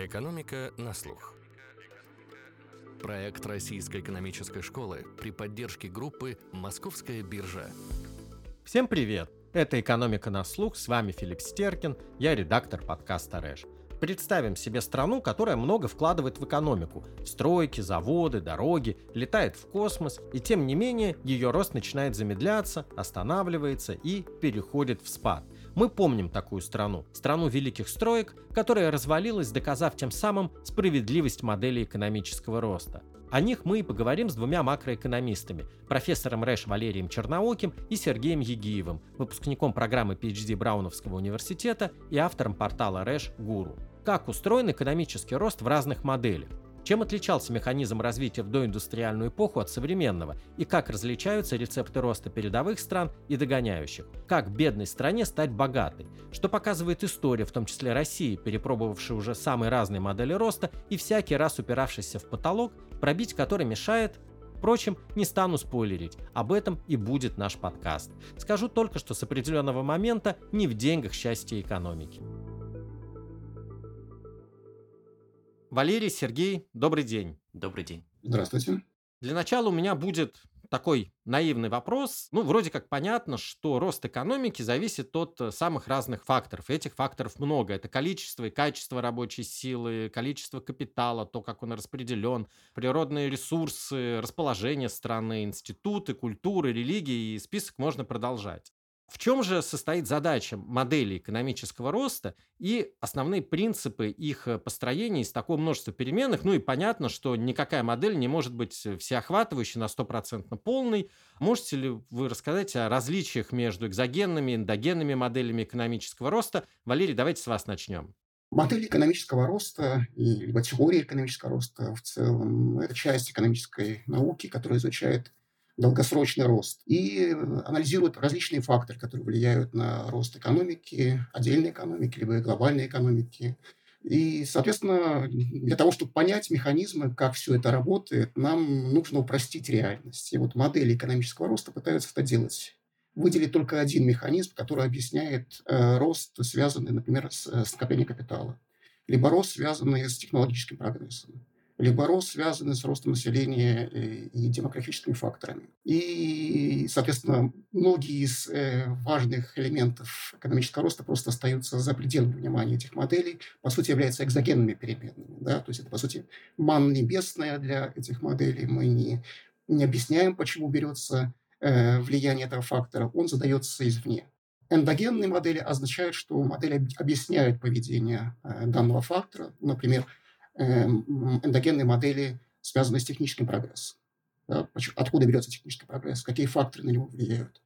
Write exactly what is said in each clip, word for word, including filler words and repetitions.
Экономика на слух. Проект Российской экономической школы при поддержке группы «Московская биржа». Всем привет! Это «Экономика на слух», с вами Филипп Стеркин, я редактор подкаста РЭШ. Представим себе страну, которая много вкладывает в экономику. В стройки, заводы, дороги, летает в космос, и тем не менее ее рост начинает замедляться, останавливается и переходит в спад. Мы помним такую страну, страну великих строек, которая развалилась, доказав тем самым справедливость модели экономического роста. О них мы и поговорим с двумя макроэкономистами, профессором РЭШ Валерием Чернооким и Сергеем Егиевым, выпускником программы пи эйч ди Брауновского университета и автором портала РЭШ «Гуру». Как устроен экономический рост в разных моделях? Чем отличался механизм развития в доиндустриальную эпоху от современного? И как различаются рецепты роста передовых стран и догоняющих? Как бедной стране стать богатой? Что показывает история, в том числе России, перепробовавшей уже самые разные модели роста и всякий раз упиравшейся в потолок, пробить который мешает? Впрочем, не стану спойлерить, об этом и будет наш подкаст. Скажу только, что с определенного момента не в деньгах счастье экономики. Валерий, Сергей, добрый день. Добрый день. Здравствуйте. Для начала у меня будет такой наивный вопрос. Ну, вроде как понятно, что рост экономики зависит от самых разных факторов. Этих факторов много. Это количество и качество рабочей силы, количество капитала, то, как он распределен, природные ресурсы, расположение страны, институты, культуры, религии, и список можно продолжать. В чем же состоит задача модели экономического роста и основные принципы их построения из такого множества переменных? Ну и понятно, что никакая модель не может быть всеохватывающей, на сто процентов полной. Можете ли вы рассказать о различиях между экзогенными и эндогенными моделями экономического роста? Валерий, давайте с вас начнем. Модель экономического роста, либо теория экономического роста в целом, это часть экономической науки, которая изучает долгосрочный рост и анализирует различные факторы, которые влияют на рост экономики, отдельной экономики, либо глобальной экономики. И, соответственно, для того, чтобы понять механизмы, как все это работает, нам нужно упростить реальность. И вот модели экономического роста пытаются это делать. Выделить только один механизм, который объясняет э, рост, связанный, например, с, с накоплением капитала, либо рост, связанный с технологическим прогрессом, либо рост, связанный с ростом населения и демографическими факторами. И, соответственно, многие из э, важных элементов экономического роста просто остаются за пределами внимания этих моделей, по сути, являются экзогенными переменными. Да? То есть это, по сути, манна небесная для этих моделей. Мы не, не объясняем, почему берется э, влияние этого фактора, он задается извне. Эндогенные модели означают, что модели объясняют поведение э, данного фактора, например, эндогенные модели, связанные с техническим прогрессом. Да? Откуда берется технический прогресс, какие факторы на него влияют,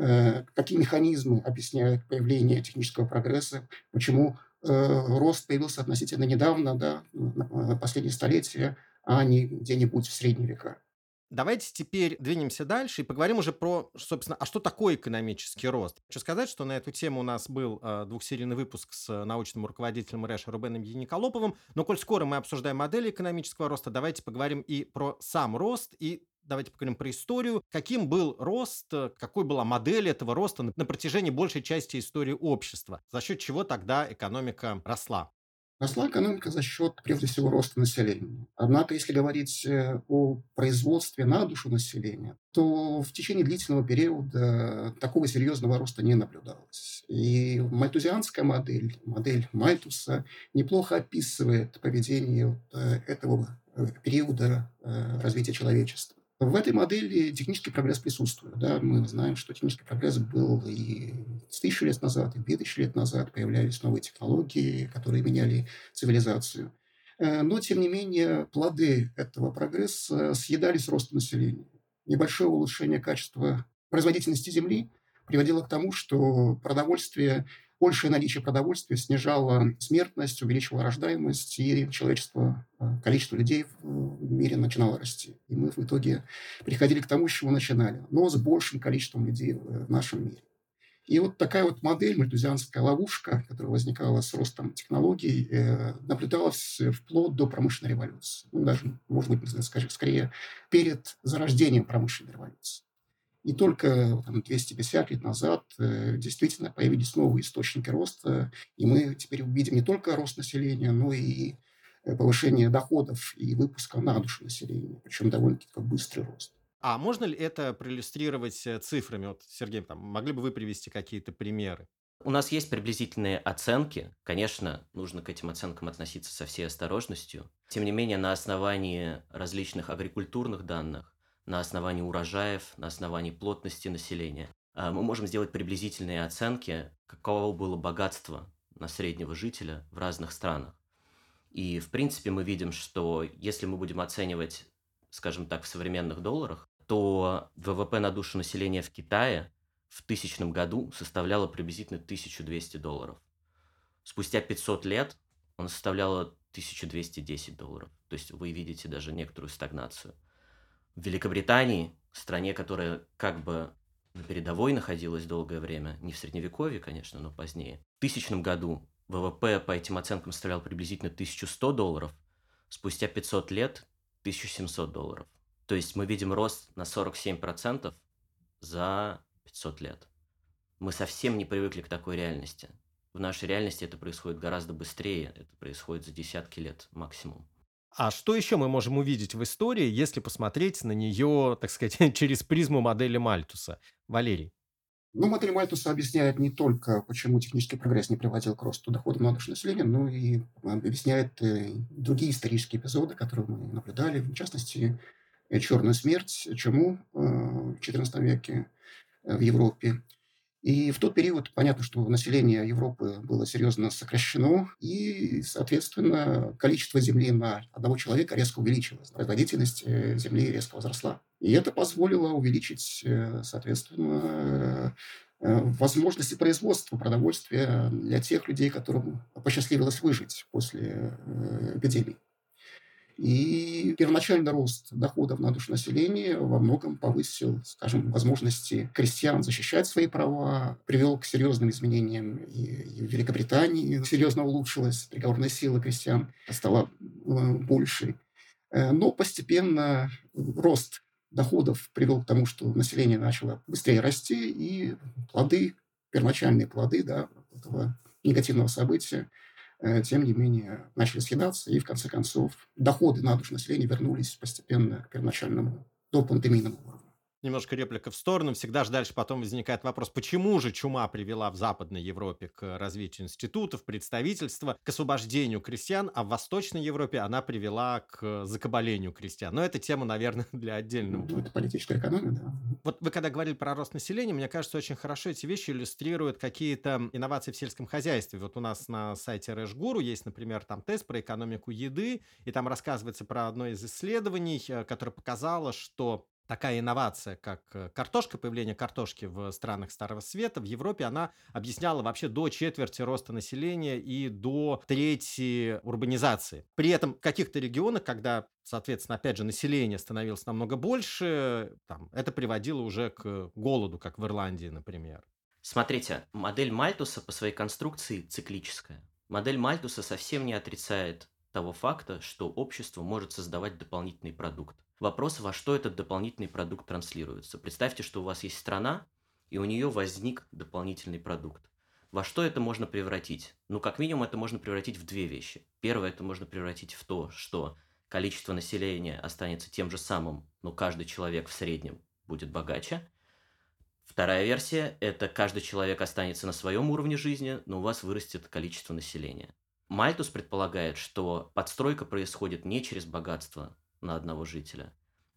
какие механизмы объясняют появление технического прогресса, почему рост появился относительно недавно, да, последние столетия, а не где-нибудь в средние века. Давайте теперь двинемся дальше и поговорим уже про, собственно, а что такое экономический рост. Хочу сказать, что на эту тему у нас был э, двухсерийный выпуск с научным руководителем РЭШ Рубеном Яниколоповым, но коль скоро мы обсуждаем модели экономического роста, давайте поговорим и про сам рост, и давайте поговорим про историю. Каким был рост, какой была модель этого роста на протяжении большей части истории общества, за счет чего тогда экономика росла? Росла экономика за счет, прежде всего, роста населения. Однако, если говорить о производстве на душу населения, то в течение длительного периода такого серьезного роста не наблюдалось. И мальтузианская модель, модель Мальтуса, неплохо описывает поведение этого периода развития человечества. В этой модели технический прогресс присутствует. Да? Мы знаем, что технический прогресс был и тысячу лет назад, и две тысячи лет назад появлялись новые технологии, которые меняли цивилизацию. Но, тем не менее, плоды этого прогресса съедались ростом населения. Небольшое улучшение качества производительности земли приводило к тому, что продовольствие, большее наличие продовольствия снижало смертность, увеличивало рождаемость, и человечество, количество людей в мире начинало расти. И мы в итоге приходили к тому, с чего начинали, но с большим количеством людей в нашем мире. И вот такая вот модель, мальтузианская ловушка, которая возникала с ростом технологий, наблюдалась вплоть до промышленной революции. Ну, даже, может быть, скажем, скорее, перед зарождением промышленной революции. И только там, двести пятьдесят лет назад э, действительно появились новые источники роста, и мы теперь увидим не только рост населения, но и э, повышения доходов и выпуска на душу населения, причем довольно-таки такой быстрый рост. А можно ли это проиллюстрировать э, цифрами? Вот, Сергей, там, могли бы вы привести какие-то примеры? У нас есть приблизительные оценки. Конечно, нужно к этим оценкам относиться со всей осторожностью. Тем не менее, на основании различных агрикультурных данных, на основании урожаев, на основании плотности населения, а, мы можем сделать приблизительные оценки, каково было богатство на среднего жителя в разных странах. И, в принципе, мы видим, что если мы будем оценивать, скажем так, в современных долларах, то ВВП на душу населения в Китае в тысячном году составляло приблизительно тысячу двести долларов. Спустя пятьсот лет он составляло тысячу двести десять долларов. То есть вы видите даже некоторую стагнацию. В Великобритании, стране, которая как бы на передовой находилась долгое время, не в Средневековье, конечно, но позднее, в тысячном году ВВП по этим оценкам составлял приблизительно тысячу сто долларов, спустя пятьсот лет– тысячу семьсот долларов. То есть мы видим рост на сорок семь процентов за пятьсот лет. Мы совсем не привыкли к такой реальности. В нашей реальности это происходит гораздо быстрее, это происходит за десятки лет максимум. А что еще мы можем увидеть в истории, если посмотреть на нее, так сказать, через призму модели Мальтуса? Валерий. Ну, модель Мальтуса объясняет не только, почему технический прогресс не приводил к росту дохода на душу населения, но и объясняет э, другие исторические эпизоды, которые мы наблюдали, в частности, э, черную смерть, чуму э, в четырнадцатом веке э, в Европе. И в тот период понятно, что население Европы было серьезно сокращено, и, соответственно, количество земли на одного человека резко увеличилось, производительность э, земли резко возросла. И это позволило увеличить, э, соответственно, э, возможности производства продовольствия для тех людей, которым посчастливилось выжить после э, эпидемии. И первоначальный рост доходов на душу населения во многом повысил, скажем, возможности крестьян защищать свои права, привел к серьезным изменениям и, и в Великобритании серьезно улучшилась приговорная сила крестьян, стала э, большей. Э, Но постепенно рост доходов привел к тому, что население начало быстрее расти, и плоды, первоначальные плоды, да, этого негативного события, э, тем не менее, начали съедаться, и в конце концов доходы на душу населения вернулись постепенно к первоначальному допандемийному уровню. Немножко реплика в сторону. Всегда же дальше потом возникает вопрос, почему же чума привела в Западной Европе к развитию институтов, представительства, к освобождению крестьян, а в Восточной Европе она привела к закабалению крестьян. Но это тема, наверное, для отдельного. Ну, это политическая экономия, да. Вот вы когда говорили про рост населения, мне кажется, очень хорошо эти вещи иллюстрируют какие-то инновации в сельском хозяйстве. Вот у нас на сайте RashGuru есть, например, там тест про экономику еды, и там рассказывается про одно из исследований, э, которое показало, что такая инновация, как э, картошка, появление картошки в странах Старого Света, в Европе, она объясняла вообще до четверти роста населения и до трети урбанизации. При этом в каких-то регионах, когда, соответственно, опять же, население становилось намного больше, там, это приводило уже к голоду, как в Ирландии, например. Смотрите, модель Мальтуса по своей конструкции циклическая. Модель Мальтуса совсем не отрицает того факта, что общество может создавать дополнительный продукт. Вопрос, во что этот дополнительный продукт транслируется. Представьте, что у вас есть страна, и у нее возник дополнительный продукт. Во что это можно превратить? Ну, как минимум, это можно превратить в две вещи. Первое, это можно превратить в то, что количество населения останется тем же самым, но каждый человек в среднем будет богаче. Вторая версия – это каждый человек останется на своем уровне жизни, но у вас вырастет количество населения. Мальтус предполагает, что подстройка происходит не через богатство на одного жителя,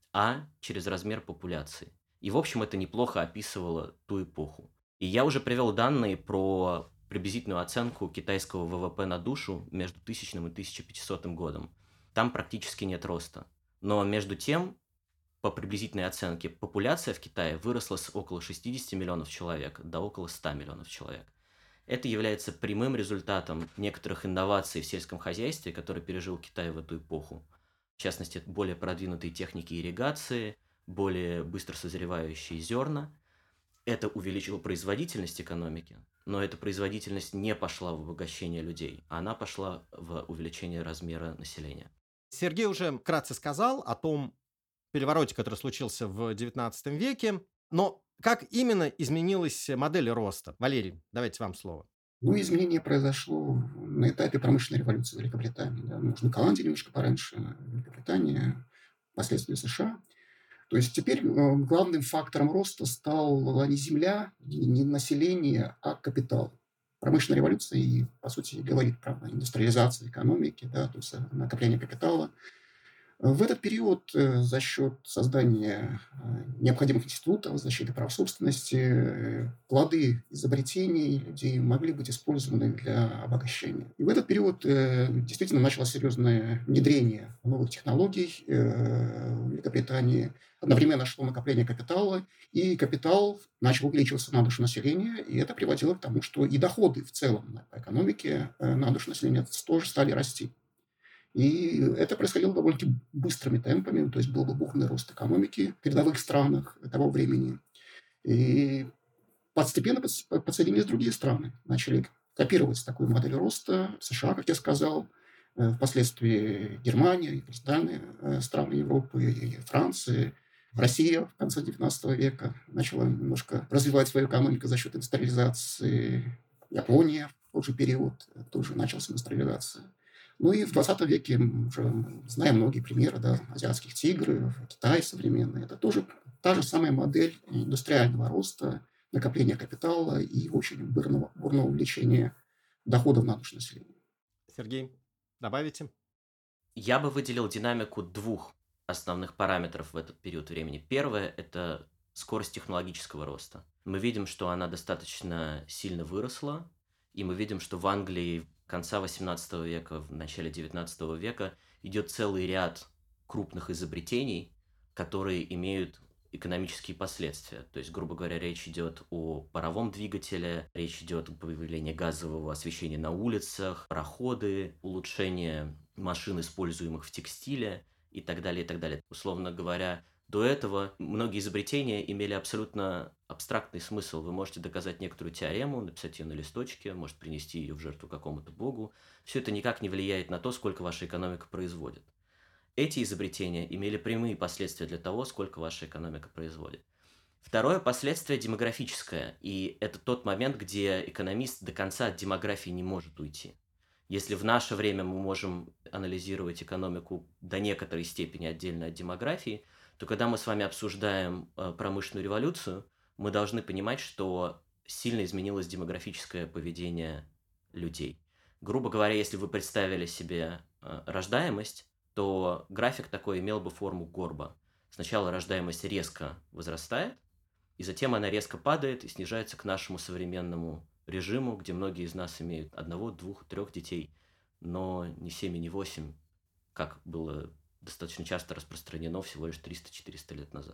а через размер популяции. И, в общем, это неплохо описывало ту эпоху. И я уже привел данные про приблизительную оценку китайского ВВП на душу между тысячным и тысяча пятисотым годом. Там практически нет роста. Но между тем, по приблизительной оценке, популяция в Китае выросла с около шестидесяти миллионов человек до около ста миллионов человек. Это является прямым результатом некоторых инноваций в сельском хозяйстве, которые пережил Китай в эту эпоху. В частности, более продвинутые техники ирригации, более быстро созревающие зерна. Это увеличило производительность экономики, но эта производительность не пошла в обогащение людей, а она пошла в увеличение размера населения. Сергей уже вкратце сказал о том перевороте, который случился в девятнадцатом веке, но как именно изменилась модель роста? Валерий, давайте вам слово. Ну, изменение произошло на этапе промышленной революции в Великобритании. Да. Может, Голландия немножко пораньше, Великобритания, впоследствии США. То есть теперь э, главным фактором роста стала не земля, не население, а капитал. Промышленная революция и, по сути, говорит про индустриализацию экономики, да, то есть накопление капитала. В этот период э, за счет создания э, необходимых институтов защиты прав собственности э, плоды изобретений людей могли быть использованы для обогащения. И в этот период э, действительно началось серьезное внедрение новых технологий э, в Великобритании. Одновременно шло накопление капитала, и капитал начал увеличиваться на душу населения, и это приводило к тому, что и доходы в целом по экономике э, на душу населения тоже стали расти. И это происходило довольно-таки быстрыми темпами, то есть был бы бурный рост экономики в передовых странах того времени. И постепенно подсоединились другие страны, начали копировать такую модель роста. США, как я сказал, э, впоследствии Германия, и остальные э, страны Европы, и Франция, Россия в конце девятнадцатого века начала немножко развивать свою экономику за счет индустриализации. Япония в тот же период тоже началась индустриализация. Ну и в двадцатом веке мы уже знаем многие примеры, да, азиатских тигров, Китай современный. Это тоже та же самая модель индустриального роста, накопления капитала и очень бурного, бурного увеличения доходов на душу населения. Сергей, добавите? Я бы выделил динамику двух основных параметров в этот период времени. Первое – это скорость технологического роста. Мы видим, что она достаточно сильно выросла, и мы видим, что в Англии конца восемнадцатого века, в начале девятнадцатого века идет целый ряд крупных изобретений, которые имеют экономические последствия. То есть, грубо говоря, речь идет о паровом двигателе, речь идет о появлении газового освещения на улицах, пароходы, улучшение машин, используемых в текстиле и так далее, и так далее. Условно говоря, до этого многие изобретения имели абсолютно абстрактный смысл. Вы можете доказать некоторую теорему, написать ее на листочке, может принести ее в жертву какому-то богу. Все это никак не влияет на то, сколько ваша экономика производит. Эти изобретения имели прямые последствия для того, сколько ваша экономика производит. Второе последствие демографическое, и это тот момент, где экономист до конца от демографии не может уйти. Если в наше время мы можем анализировать экономику до некоторой степени отдельно от демографии, то когда мы с вами обсуждаем э, промышленную революцию, мы должны понимать, что сильно изменилось демографическое поведение людей. Грубо говоря, если вы представили себе э, рождаемость, то график такой имел бы форму горба. Сначала рождаемость резко возрастает, и затем она резко падает и снижается к нашему современному режиму, где многие из нас имеют одного, двух, трех детей, но не семь и не восемь, как было достаточно часто распространено всего лишь триста-четыреста лет назад.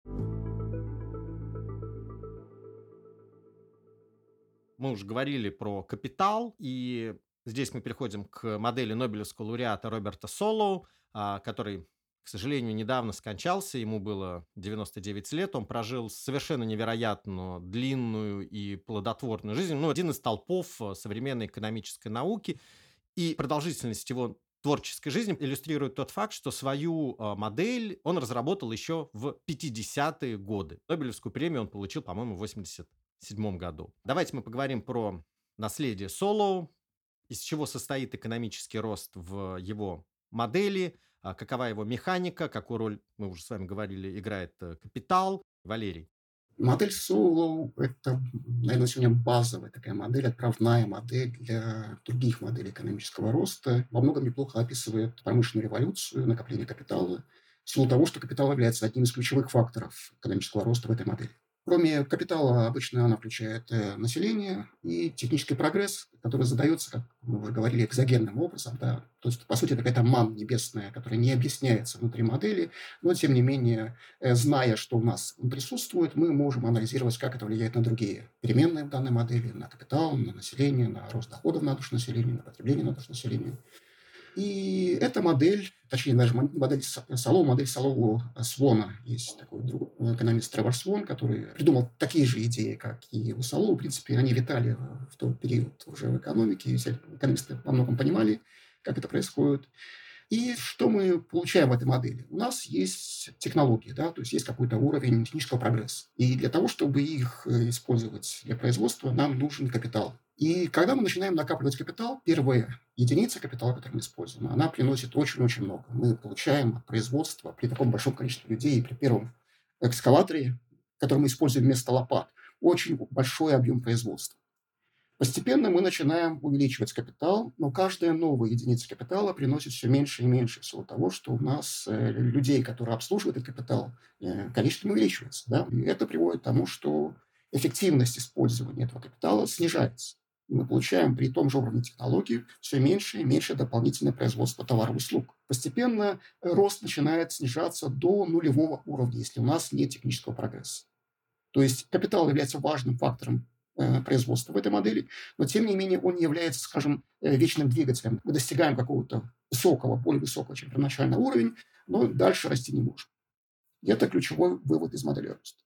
Мы уже говорили про капитал, и здесь мы переходим к модели Нобелевского лауреата Роберта Солоу, а, который, к сожалению, недавно скончался, ему было девяносто девять лет, он прожил совершенно невероятно длинную и плодотворную жизнь, ну, один из столпов э, современной экономической науки, и продолжительность его творческой жизни иллюстрирует тот факт, что свою э, модель он разработал еще в пятидесятые годы. Нобелевскую премию он получил, по-моему, в восемьдесят седьмом году. Давайте мы поговорим про наследие Солоу, из чего состоит экономический рост в его модели, а, какова его механика, какую роль, мы уже с вами говорили, играет э, капитал. Валерий. Модель Солоу – это, наверное, сегодня базовая такая модель, отправная модель для других моделей экономического роста. Во многом неплохо описывает промышленную революцию, накопление капитала, в силу того, что капитал является одним из ключевых факторов экономического роста в этой модели. Кроме капитала, обычно она включает э, население и технический прогресс, который задается, как мы уже говорили, экзогенным образом. Да? То есть, по сути, какая-то манна небесная, которая не объясняется внутри модели, но, тем не менее, э, зная, что у нас он присутствует, мы можем анализировать, как это влияет на другие переменные в данной модели, на капитал, на население, на рост доходов на душу населения, на потребление на душу населения. И эта модель, точнее, даже модель Солоу, модель Солоу-Свона. Есть такой друг, экономист Тревор Свон, который придумал такие же идеи, как и у Солоу. В принципе, они витали в тот период уже в экономике, и все экономисты во многом понимали, как это происходит. И что мы получаем в этой модели? У нас есть технологии, да, то есть есть какой-то уровень технического прогресса. И для того, чтобы их использовать для производства, нам нужен капитал. И когда мы начинаем накапливать капитал, первая единица капитала, которую мы используем, она приносит очень-очень много. Мы получаем от производства при таком большом количестве людей, при первом экскаваторе, который мы используем вместо лопат, очень большой объем производства. Постепенно мы начинаем увеличивать капитал, но каждая новая единица капитала приносит все меньше и меньше в силу того, что у нас э, людей, которые обслуживают этот капитал, э, количество не увеличивается. Да? И это приводит к тому, что эффективность использования этого капитала снижается. И мы получаем при том же уровне технологий все меньше и меньше дополнительное производство товаров и услуг. Постепенно рост начинает снижаться до нулевого уровня, если у нас нет технического прогресса. То есть капитал является важным фактором производства в этой модели, но тем не менее он не является, скажем, вечным двигателем. Мы достигаем какого-то высокого, более высокого, чем первоначальный уровень, но дальше расти не можем. И это ключевой вывод из модели роста.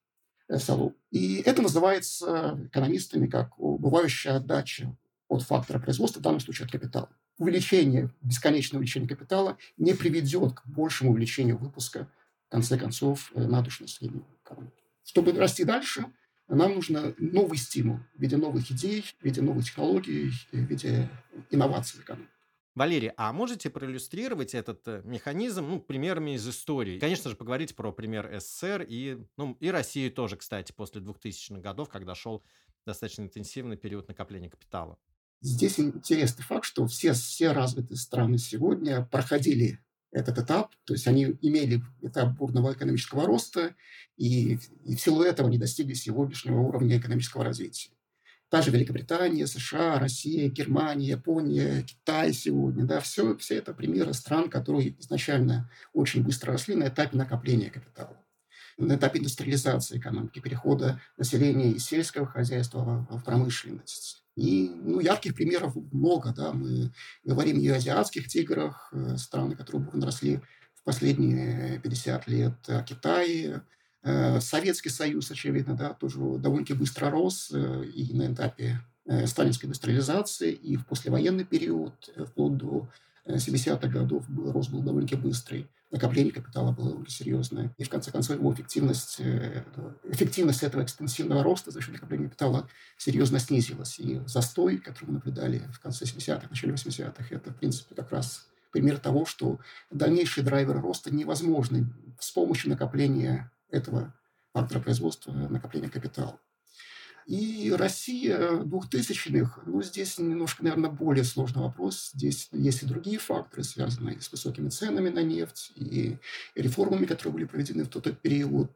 И это называется экономистами как убывающая отдача от фактора производства, в данном случае от капитала. Увеличение, бесконечное увеличение капитала не приведет к большему увеличению выпуска, в конце концов, на душу населения экономики. Чтобы расти дальше, нам нужен новый стимул в виде новых идей, в виде новых технологий, в виде инноваций в экономике. Валерий, а можете проиллюстрировать этот механизм ну, примерами из истории? Конечно же, поговорить про пример СССР и, ну, и России тоже, кстати, после двухтысячных годов, когда шел достаточно интенсивный период накопления капитала. Здесь интересный факт, что все, все развитые страны сегодня проходили этот этап, то есть они имели этап бурного экономического роста, и, и в силу этого они достигли сегодняшнего уровня экономического развития. Та же Великобритания, США, Россия, Германия, Япония, Китай сегодня, да, все, все это примеры стран, которые изначально очень быстро росли на этапе накопления капитала, на этапе индустриализации экономики, перехода населения из сельского хозяйства в промышленность. И ну, ярких примеров много. Да. Мы говорим и о азиатских тиграх, страны, которые бурно росли в последние пятьдесят лет, о Китае. Советский Союз, очевидно, да, тоже довольно-таки быстро рос и на этапе сталинской индустриализации, и в послевоенный период, вплоть до семидесятых годов, рост был довольно-таки быстрый. Накопление капитала было довольно серьезное. И, в конце концов, его эффективность, эффективность этого экстенсивного роста за счет накопления капитала серьезно снизилась. И застой, который мы наблюдали в конце семидесятых, начале восьмидесятых, это, в принципе, как раз пример того, что дальнейшие драйверы роста невозможны с помощью накопления этого фактора производства, накопления капитала. И Россия двухтысячных, ну, здесь немножко, наверное, более сложный вопрос. Здесь есть и другие факторы, связанные с высокими ценами на нефть и реформами, которые были проведены в тот период.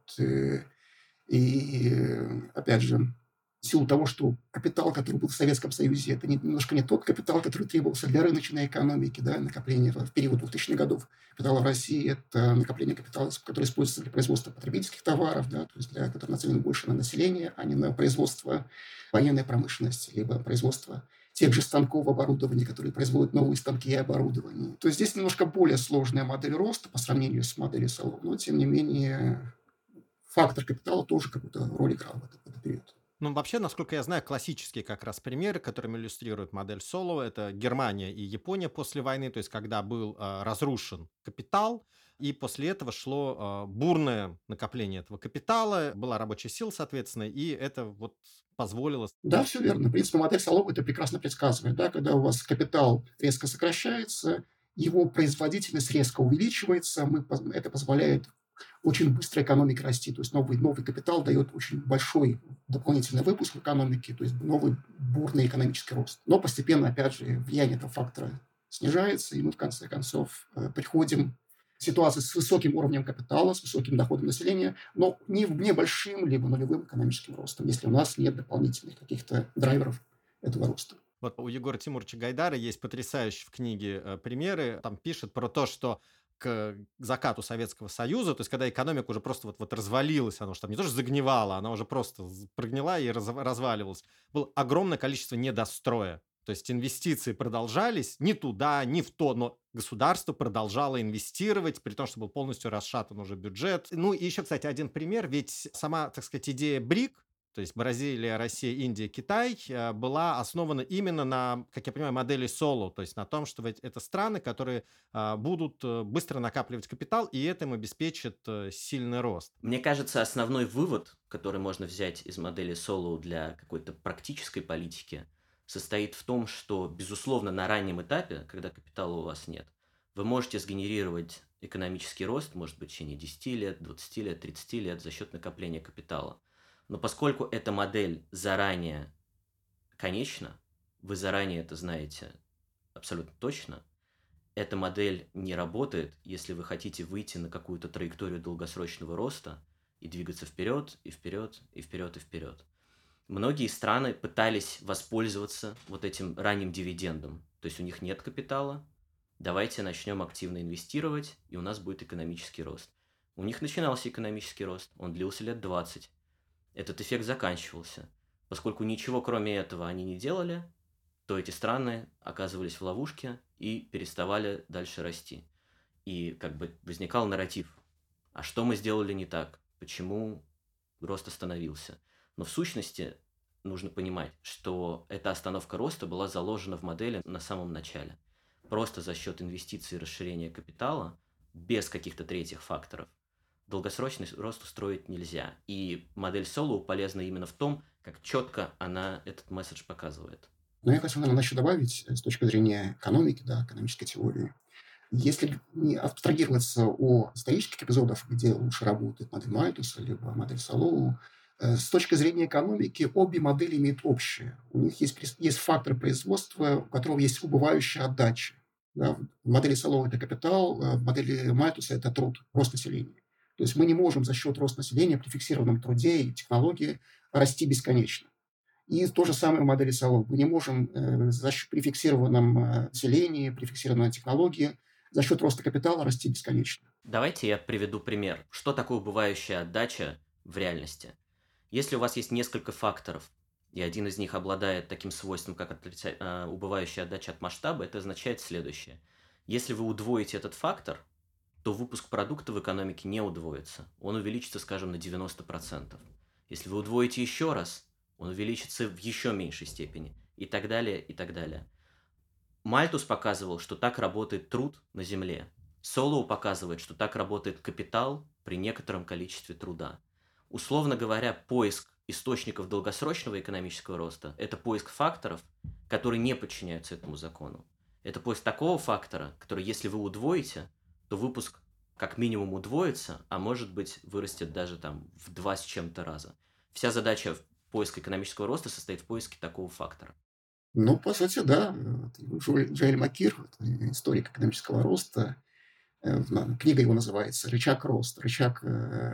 И, опять же, в силу того, что капитал, который был в Советском Союзе, это немножко не тот капитал, который требовался для рыночной экономики, да, накопление в период двухтысячных годов. Капитал в России – это накопление капитала, который используется для производства потребительских товаров, да, то есть для, который нацелен больше на население, а не на производство военной промышленности, либо производство тех же станков оборудования, которые производят новые станки и оборудование. То есть здесь немножко более сложная модель роста по сравнению с моделью Соло, но, тем не менее, фактор капитала тоже какую-то роль играл в этот, в этот период. Ну, вообще, насколько я знаю, классические как раз примеры, которыми иллюстрирует модель Соло, это Германия и Япония после войны, то есть когда был э, разрушен капитал, и после этого шло э, бурное накопление этого капитала, была рабочая сила, соответственно, и это вот позволило... Да, все верно. В принципе, модель Соло это прекрасно предсказывает. Да? Когда у вас капитал резко сокращается, его производительность резко увеличивается, мы, это позволяет очень быстро экономика расти. То есть новый, новый капитал дает очень большой дополнительный выпуск в экономике, то есть новый бурный экономический рост. Но постепенно, опять же, влияние этого фактора снижается, и мы в конце концов приходим к ситуации с высоким уровнем капитала, с высоким доходом населения, но не небольшим либо нулевым экономическим ростом, если у нас нет дополнительных каких-то драйверов этого роста. Вот у Егора Тимуровича Гайдара есть потрясающие в книге э, примеры. Там пишет про то, что к закату Советского Союза, то есть когда экономика уже просто вот, вот развалилась, она уже там не то что загнивала, она уже просто прогнила и раз, разваливалась, было огромное количество недостроя. То есть инвестиции продолжались не туда, не в то, но государство продолжало инвестировать, при том, что был полностью расшатан уже бюджет. Ну и еще, кстати, один пример, ведь сама, так сказать, идея БРИК, то есть Бразилия, Россия, Индия, Китай, была основана именно на, как я понимаю, модели Соло, то есть на том, что это страны, которые будут быстро накапливать капитал, и это им обеспечит сильный рост. Мне кажется, основной вывод, который можно взять из модели Соло для какой-то практической политики, состоит в том, что, безусловно, на раннем этапе, когда капитала у вас нет, вы можете сгенерировать экономический рост, может быть, в течение десяти лет, двадцати лет, тридцати лет за счет накопления капитала. Но поскольку эта модель заранее конечна, вы заранее это знаете абсолютно точно, эта модель не работает, если вы хотите выйти на какую-то траекторию долгосрочного роста и двигаться вперед, и вперед, и вперед, и вперед. Многие страны пытались воспользоваться вот этим ранним дивидендом. То есть у них нет капитала, давайте начнем активно инвестировать, и у нас будет экономический рост. У них начинался экономический рост, он длился лет двадцать. Этот эффект заканчивался. Поскольку ничего кроме этого они не делали, то эти страны оказывались в ловушке и переставали дальше расти. И как бы возникал нарратив. А что мы сделали не так? Почему рост остановился? Но в сущности нужно понимать, что эта остановка роста была заложена в модели на самом начале. Просто за счет инвестиций и расширения капитала, без каких-то третьих факторов, долгосрочный рост устроить нельзя. И модель Solow полезна именно в том, как четко она этот месседж показывает. Но я хотел, наверное, еще добавить с точки зрения экономики, да, экономической теории. Если не абстрагироваться от исторических эпизодов, где лучше работает модель Мальтуса, либо модель Solow, с точки зрения экономики обе модели имеют общее. У них есть, есть фактор производства, у которого есть убывающая отдача. Да? В модели Solow это капитал, в модели Мальтуса это труд, рост населения. То есть мы не можем за счет роста населения при фиксированном труде и технологии расти бесконечно. И то же самое в модели Solow. Мы не можем э, за счет, при фиксированном э, населении, при фиксированной технологии за счет роста капитала расти бесконечно. Давайте я приведу пример. Что такое убывающая отдача в реальности? Если у вас есть несколько факторов, и один из них обладает таким свойством, как отрица... э, убывающая отдача от масштаба, это означает следующее. Если вы удвоите этот фактор, то выпуск продукта в экономике не удвоится. Он увеличится, скажем, на девяносто процентов. Если вы удвоите еще раз, он увеличится в еще меньшей степени. И так далее, и так далее. Мальтус показывал, что так работает труд на Земле. Solow показывает, что так работает капитал при некотором количестве труда. Условно говоря, поиск источников долгосрочного экономического роста – это поиск факторов, которые не подчиняются этому закону. Это поиск такого фактора, который, если вы удвоите, то выпуск как минимум удвоится, а может быть вырастет даже там в два с чем-то раза. Вся задача поиска экономического роста состоит в поиске такого фактора. Ну, по сути, да. Джоэль Маккир, историк экономического роста, книга его называется «Рычаг роста», «Рычаг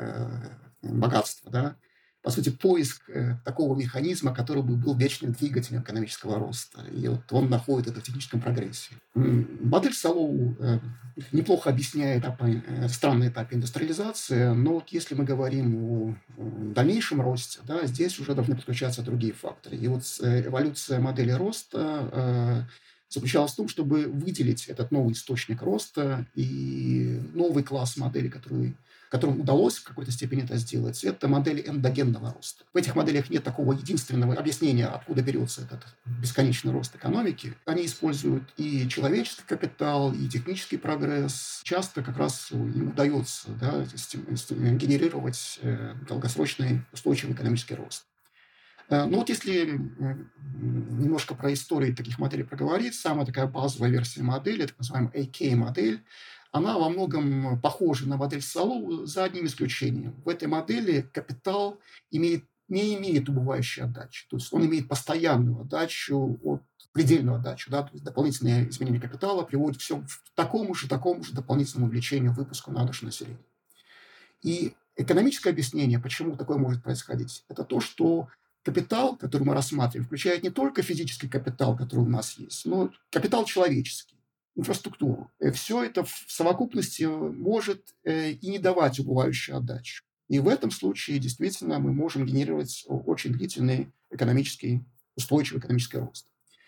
богатства», да. По сути, поиск э, такого механизма, который бы был вечным двигателем экономического роста. И вот он находит это в техническом прогрессе. Модель Solow э, неплохо объясняет этапы, э, странный этап индустриализации, но вот если мы говорим о, о дальнейшем росте, да, здесь уже должны подключаться другие факторы. И вот эволюция модели роста э, заключалась в том, чтобы выделить этот новый источник роста и новый класс моделей, который которым удалось в какой-то степени это сделать, это модели эндогенного роста. В этих моделях нет такого единственного объяснения, откуда берется этот бесконечный рост экономики. Они используют и человеческий капитал, и технический прогресс. Часто как раз им удается, да, генерировать долгосрочный устойчивый экономический рост. Но вот если немножко про историю таких моделей проговорить, самая такая базовая версия модели, так называемая эй кей-модель, она во многом похожа на модель Solow за одним исключением. В этой модели капитал имеет, не имеет убывающей отдачи. То есть он имеет постоянную отдачу, от, предельную отдачу. Да? То есть дополнительное изменение капитала приводит все к такому же, такому же дополнительному увеличению выпуска на душу населения. И экономическое объяснение, почему такое может происходить, это то, что капитал, который мы рассматриваем, включает не только физический капитал, который у нас есть, но капитал человеческий, инфраструктуру. Все это в совокупности может и не давать убывающую отдачу. И в этом случае действительно мы можем генерировать очень длительный экономический, устойчивый экономический рост.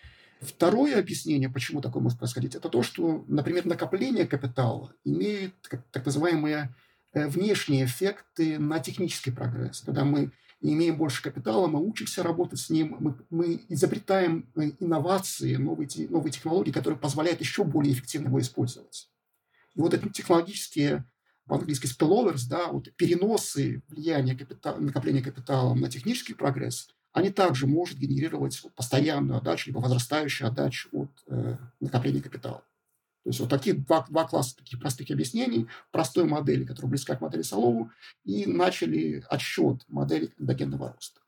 Второе объяснение, почему такое может происходить, это то, что, например, накопление капитала имеет так называемые внешние эффекты на технический прогресс. Когда мы имеем больше капитала, мы учимся работать с ним, мы, мы изобретаем инновации, новые, новые технологии, которые позволяют еще более эффективно его использовать. И вот эти технологические, по-английски spillovers, да, вот переносы влияния капитала, накопления капитала на технический прогресс, они также могут генерировать постоянную отдачу, либо возрастающую отдачу от э, накопления капитала. То есть вот такие два, два класса таких простых объяснений, простой модели, которая близка к модели Солову, и начали отсчет модели эндогенного роста.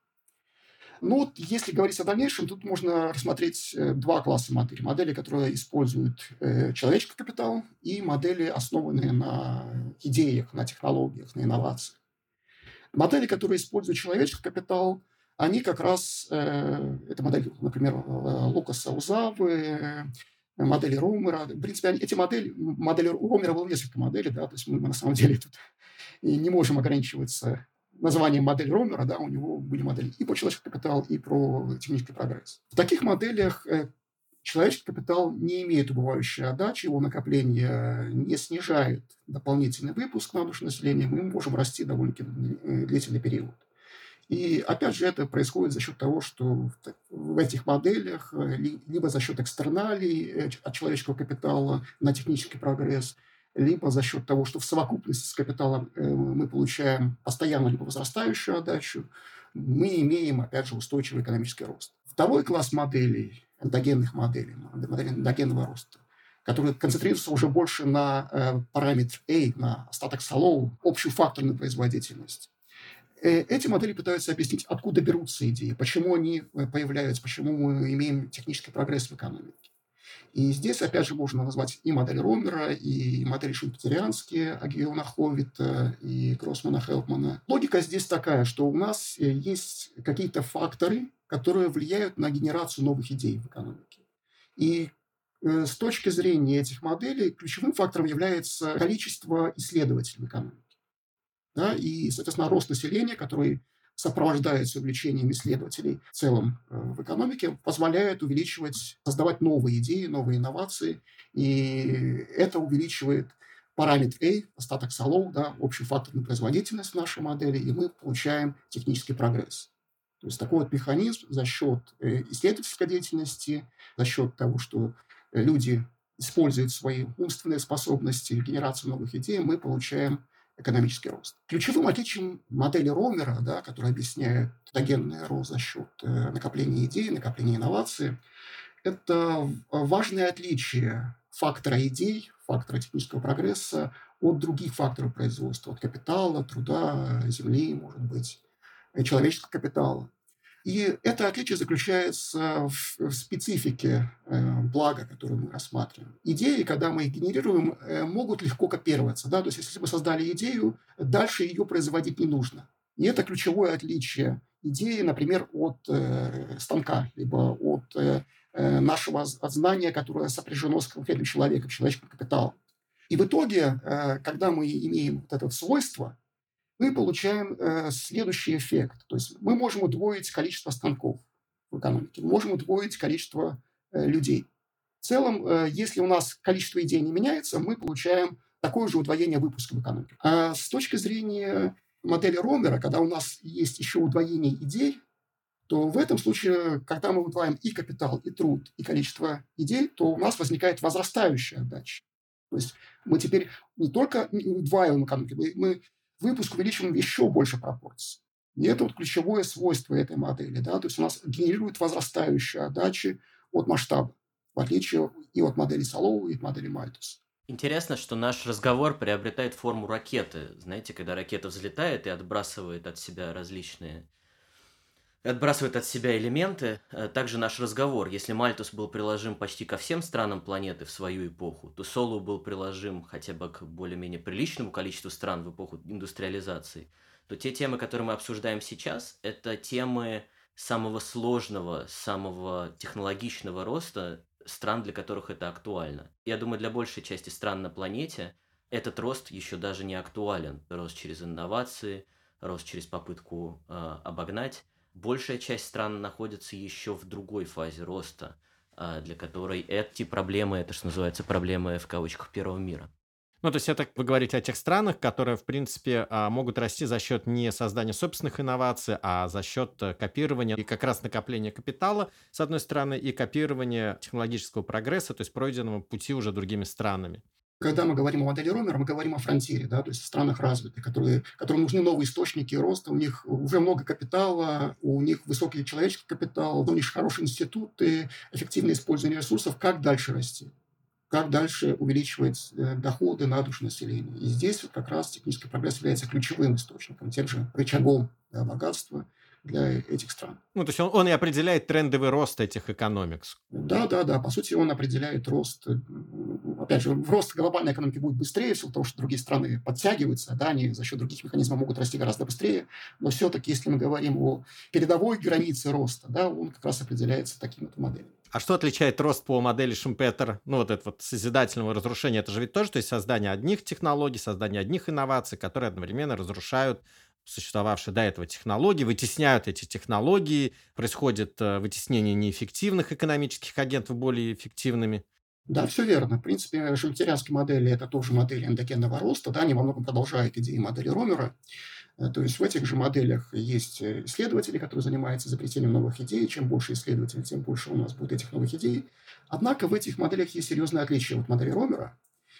Ну вот, если говорить о дальнейшем, тут можно рассмотреть э, два класса моделей. Модели, которые используют э, человеческий капитал, и модели, основанные на идеях, на технологиях, на инновациях. Модели, которые используют человеческий капитал, они как раз, э, это модели, например, э, Лукаса Узавы, э, модели Ромера. В принципе, они, эти модели, модели у Ромера было несколько моделей, да, то есть мы, мы на самом деле тут и не можем ограничиваться названием модели Ромера, да, у него были модели и по человеческому капиталу, и про технический прогресс. В таких моделях э, человеческий капитал не имеет убывающей отдачи, его накопление не снижает дополнительный выпуск на душу населения, мы можем расти довольно длительный период. И опять же это происходит за счет того, что в этих моделях либо за счет экстерналий от человеческого капитала на технический прогресс, либо за счет того, что в совокупности с капиталом мы получаем постоянно либо возрастающую отдачу, мы имеем, опять же, устойчивый экономический рост. Второй класс моделей, эндогенных моделей, моделей эндогенного роста, которые концентрируются уже больше на э, параметр A, на остаток Солову, общую факторную производительность. Э, эти модели пытаются объяснить, откуда берутся идеи, почему они появляются, почему мы имеем технический прогресс в экономике. И здесь, опять же, можно назвать и модель Ромера, и модели шумпетерианские, Агиона Ховита и Гроссмана Хелпмана. Логика здесь такая, что у нас есть какие-то факторы, которые влияют на генерацию новых идей в экономике. И э, с точки зрения этих моделей ключевым фактором является количество исследователей в экономике. Да? И, соответственно, рост населения, который сопровождается увеличением исследователей в целом э, в экономике, позволяет увеличивать, создавать новые идеи, новые инновации. И это увеличивает параметр A, остаток Солоу, да, общую факторную производительность в нашей модели, и мы получаем технический прогресс. То есть такой вот механизм за счет э, исследовательской деятельности, за счет того, что люди используют свои умственные способности, генерацию новых идей, мы получаем экономический рост. Ключевым отличием модели Ромера, да, которая объясняет эндогенный рост за счет э, накопления идей, накопления инноваций, это важное отличие фактора идей, фактора технического прогресса от других факторов производства, от капитала, труда, земли, может быть, человеческого капитала. И это отличие заключается в, в специфике э, блага, которое мы рассматриваем. Идеи, когда мы их генерируем, э, могут легко копироваться. Да? То есть, если мы создали идею, дальше ее производить не нужно. И это ключевое отличие идеи, например, от э, станка, либо от э, нашего знания, которое сопряжено с конкретным человеком, человеческим капиталом. И в итоге, э, когда мы имеем вот это свойство, мы получаем э, следующий эффект. То есть мы можем удвоить количество станков в экономике, мы можем удвоить количество э, людей. В целом, э, если у нас количество идей не меняется, мы получаем такое же удвоение выпуска в экономике. А с точки зрения модели Ромера, когда у нас есть еще удвоение идей, то в этом случае, когда мы удваиваем и капитал, и труд, и количество идей, то у нас возникает возрастающая отдача. То есть мы теперь не только удваиваем экономику, мы выпуск увеличиваем в еще больше пропорций. И это вот ключевое свойство этой модели. Да? То есть у нас генерирует возрастающие отдачи от масштаба, в отличие и от модели Солоу, и от модели Мальтуса. Интересно, что наш разговор приобретает форму ракеты. Знаете, когда ракета взлетает и отбрасывает от себя различные... отбрасывает от себя элементы, также наш разговор. Если Мальтус был приложим почти ко всем странам планеты в свою эпоху, то Солоу был приложим хотя бы к более-менее приличному количеству стран в эпоху индустриализации, то те темы, которые мы обсуждаем сейчас, это темы самого сложного, самого технологичного роста стран, для которых это актуально. Я думаю, для большей части стран на планете этот рост еще даже не актуален. Рост через инновации, рост через попытку э, обогнать. Большая часть стран находится еще в другой фазе роста, для которой эти проблемы, это что называется проблемы в кавычках первого мира. Ну, то есть это вы говорите о тех странах, которые, в принципе, могут расти за счет не создания собственных инноваций, а за счет копирования и как раз накопления капитала, с одной стороны, и копирования технологического прогресса, то есть пройденного пути уже другими странами. Когда мы говорим о модели Ромера, мы говорим о фронтире, да, то есть в странах развитых, которые, которым нужны новые источники роста, у них уже много капитала, у них высокий человеческий капитал, у них хорошие институты, эффективное использование ресурсов. Как дальше расти? Как дальше увеличивать э, доходы на душу населения? И здесь вот как раз технический прогресс является ключевым источником, тем же рычагом, да, богатства для этих стран. Ну, то есть он, он и определяет трендовый рост этих экономик. Да, да, да. По сути, он определяет рост. э, Опять же, рост глобальной экономики будет быстрее, в силу того, что другие страны подтягиваются, да, они за счет других механизмов могут расти гораздо быстрее. Но все-таки, если мы говорим о передовой границе роста, да, он как раз определяется таким вот моделью. А что отличает рост по модели Шумпетер, ну, вот это вот созидательного разрушения? Это же ведь тоже, то есть создание одних технологий, создание одних инноваций, которые одновременно разрушают существовавшие до этого технологии, вытесняют эти технологии, происходит э, вытеснение неэффективных экономических агентов более эффективными. Да, все верно. В принципе, шумпетерианские модели – это тоже модели эндогенного роста. Да, они во многом продолжают идеи модели Ромера. Э, То есть в этих же моделях есть э, исследователи, которые занимаются изобретением новых идей. Чем больше исследователей, тем больше у нас будет этих новых идей. Однако в этих моделях есть серьезное отличие от модели Ромера.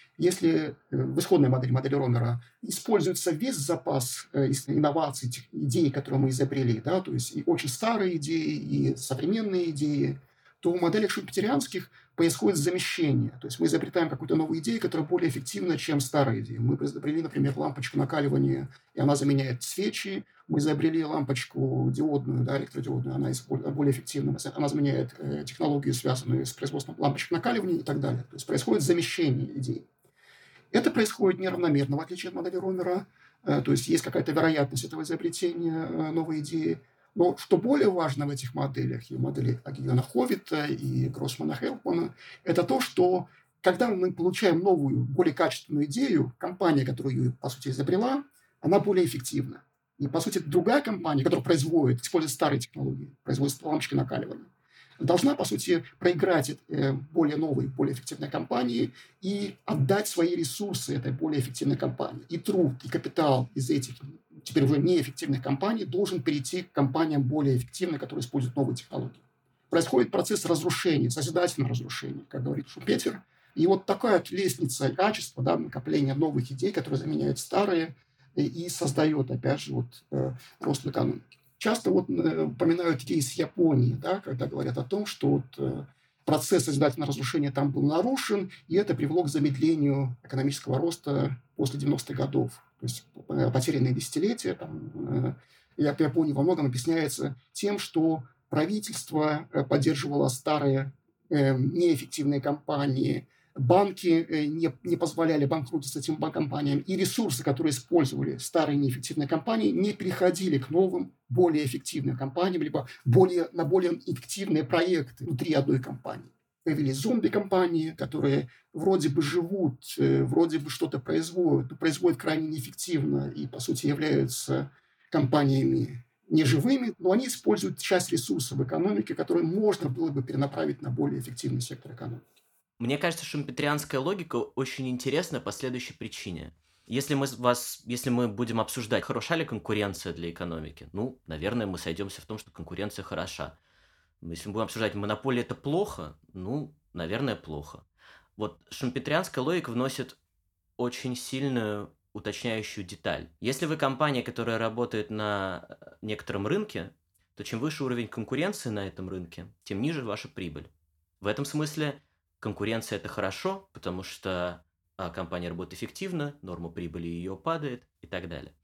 Если э, в исходной модели, модели Ромера, используется весь запас э, ис- инноваций, тех идей, которые мы изобрели, да, то есть и очень старые идеи, и современные идеи, то в моделях шумпетерианских происходит замещение. То есть мы изобретаем какую-то новую идею, которая более эффективна, чем старая идея. Мы изобрели, например, лампочку накаливания, и она заменяет свечи. Мы изобрели лампочку диодную, да, электродиодную, она использ- более эффективна. Она заменяет э, технологию, связанную с производством лампочек накаливания и так далее. То есть происходит замещение идей. Это происходит неравномерно, в отличие от модели Ромера. Э, То есть есть какая-то вероятность этого изобретения э, новой идеи. Но что более важно в этих моделях, и в модели Агиона Ховита, и Гроссмана Хелпмана, это то, что когда мы получаем новую, более качественную идею, компания, которая ее, по сути, изобрела, она более эффективна. И, по сути, другая компания, которая производит, использует старые технологии, производство лампочки накаливания, должна, по сути, проиграть э, более новой, более эффективной компании и отдать свои ресурсы этой более эффективной компании. И труд, и капитал из этих теперь уже неэффективных компаний должен перейти к компаниям более эффективным, которые используют новые технологии. Происходит процесс разрушения, созидательного разрушения, как говорит Шумпетер. И вот такая вот лестница качества, да, накопления новых идей, которые заменяют старые, и, и создает, опять же, вот, э, рост экономики. Часто вот э, упоминают кейс Японии, да, когда говорят о том, что вот, э, процесс созидательного разрушения там был нарушен, и это привело к замедлению экономического роста после девяностых годов. То есть э, потерянные десятилетия. Там, э, Япония во многом объясняется тем, что правительство э, поддерживало старые э, неэффективные компании, банки э, не, не позволяли банкротиться этим компаниям, и ресурсы, которые использовали старые неэффективные компании, не переходили к новым, более эффективным компаниям, либо более, на более эффективные проекты внутри одной компании. Появились зомби-компании, которые вроде бы живут, э, вроде бы что-то производят, но производят крайне неэффективно и, по сути, являются компаниями неживыми, но они используют часть ресурсов экономики, которые можно было бы перенаправить на более эффективный сектор экономики. Мне кажется, шумпетерианская логика очень интересна по следующей причине. Если мы, вас, если мы будем обсуждать, хороша ли конкуренция для экономики, ну, наверное, мы сойдемся в том, что конкуренция хороша. Если мы будем обсуждать, монополия – это плохо, ну, наверное, плохо. Вот шумпетерианская логика вносит очень сильную уточняющую деталь. Если вы компания, которая работает на некотором рынке, то чем выше уровень конкуренции на этом рынке, тем ниже ваша прибыль. В этом смысле конкуренция – это хорошо, потому что а, компания работает эффективно, норма прибыли ее падает и так далее.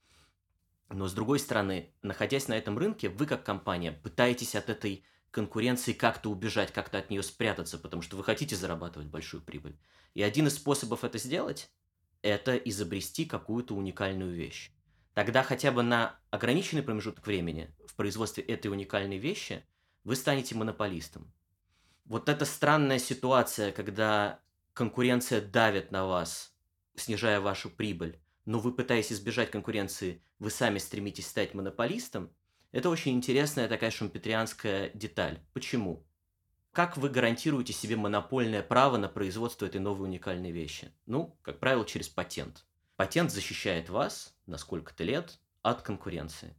Но с другой стороны, находясь на этом рынке, вы как компания пытаетесь от этой конкуренции как-то убежать, как-то от нее спрятаться, потому что вы хотите зарабатывать большую прибыль. И один из способов это сделать – это изобрести какую-то уникальную вещь. Тогда хотя бы на ограниченный промежуток времени в производстве этой уникальной вещи вы станете монополистом. Вот эта странная ситуация, когда конкуренция давит на вас, снижая вашу прибыль, но вы, пытаясь избежать конкуренции, вы сами стремитесь стать монополистом, это очень интересная такая шумпетерианская деталь. Почему? Как вы гарантируете себе монопольное право на производство этой новой уникальной вещи? Ну, как правило, через патент. Патент защищает вас на сколько-то лет от конкуренции.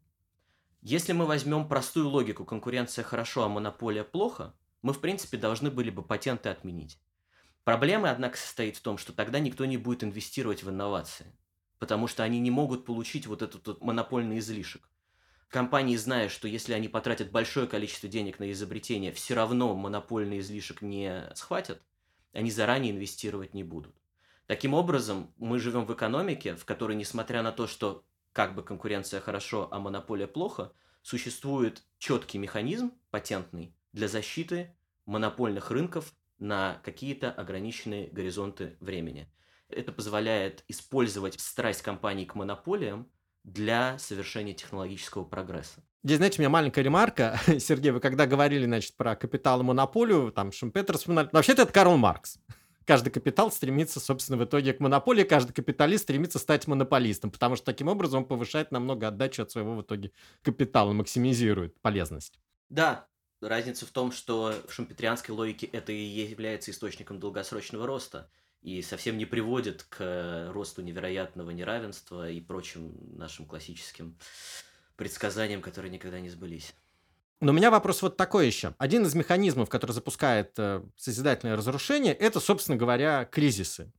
Если мы возьмем простую логику «конкуренция хорошо, а монополия плохо», мы, в принципе, должны были бы патенты отменить. Проблема, однако, состоит в том, что тогда никто не будет инвестировать в инновации, потому что они не могут получить вот этот вот монопольный излишек. Компании, зная, что если они потратят большое количество денег на изобретение, все равно монопольный излишек не схватят, они заранее инвестировать не будут. Таким образом, мы живем в экономике, в которой, несмотря на то, что как бы конкуренция хорошо, а монополия плохо, существует четкий механизм патентный для защиты монопольных рынков на какие-то ограниченные горизонты времени. Это позволяет использовать страсть компаний к монополиям для совершения технологического прогресса. Здесь, знаете, у меня маленькая ремарка. Сергей, вы когда говорили, значит, про капитал и монополию, там Шумпетер вспоминали. Вообще-то это Карл Маркс. Каждый капитал стремится, собственно, в итоге к монополии, каждый капиталист стремится стать монополистом, потому что таким образом он повышает намного отдачу от своего в итоге капитала, максимизирует полезность. Да, разница в том, что в шумпетерианской логике это и является источником долгосрочного роста и совсем не приводит к росту невероятного неравенства и прочим нашим классическим предсказаниям, которые никогда не сбылись. Но у меня вопрос вот такой еще. Один из механизмов, который запускает э, созидательное разрушение, это, собственно говоря, кризисы.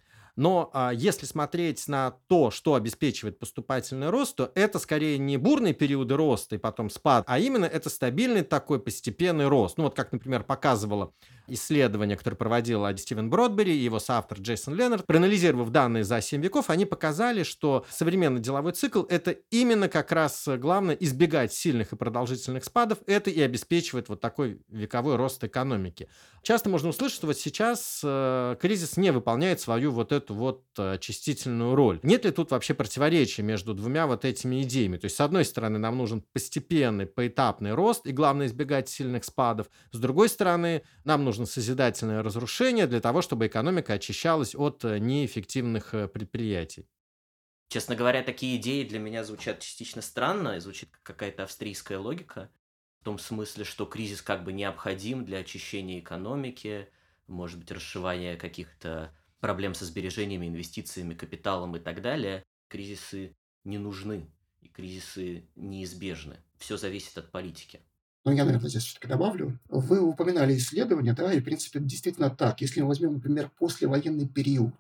Но а, если смотреть на то, что обеспечивает поступательный рост, то это скорее не бурные периоды роста и потом спад, а именно это стабильный такой постепенный рост. Ну вот как, например, показывало исследование, которое проводил Стивен Бродбери и его соавтор Джейсон Леннард. Проанализировав данные за семь веков, они показали, что современный деловой цикл – это именно как раз главное избегать сильных и продолжительных спадов. Это и обеспечивает вот такой вековой рост экономики. Часто можно услышать, что вот сейчас э, кризис не выполняет свою вот эту вот э, очистительную роль. Нет ли тут вообще противоречия между двумя вот этими идеями? То есть, с одной стороны, нам нужен постепенный, поэтапный рост, и главное избегать сильных спадов. С другой стороны, нам нужно созидательное разрушение для того, чтобы экономика очищалась от э, неэффективных э, предприятий. Честно говоря, такие идеи для меня звучат частично странно, и звучит как какая-то австрийская логика. В том смысле, что кризис как бы необходим для очищения экономики, может быть, расшивания каких-то проблем со сбережениями, инвестициями, капиталом и так далее. Кризисы не нужны, и кризисы неизбежны. Все зависит от политики. Ну, я, наверное, здесь все-таки добавлю. Вы упоминали исследования, да, и, в принципе, действительно так. Если мы возьмем, например, послевоенный период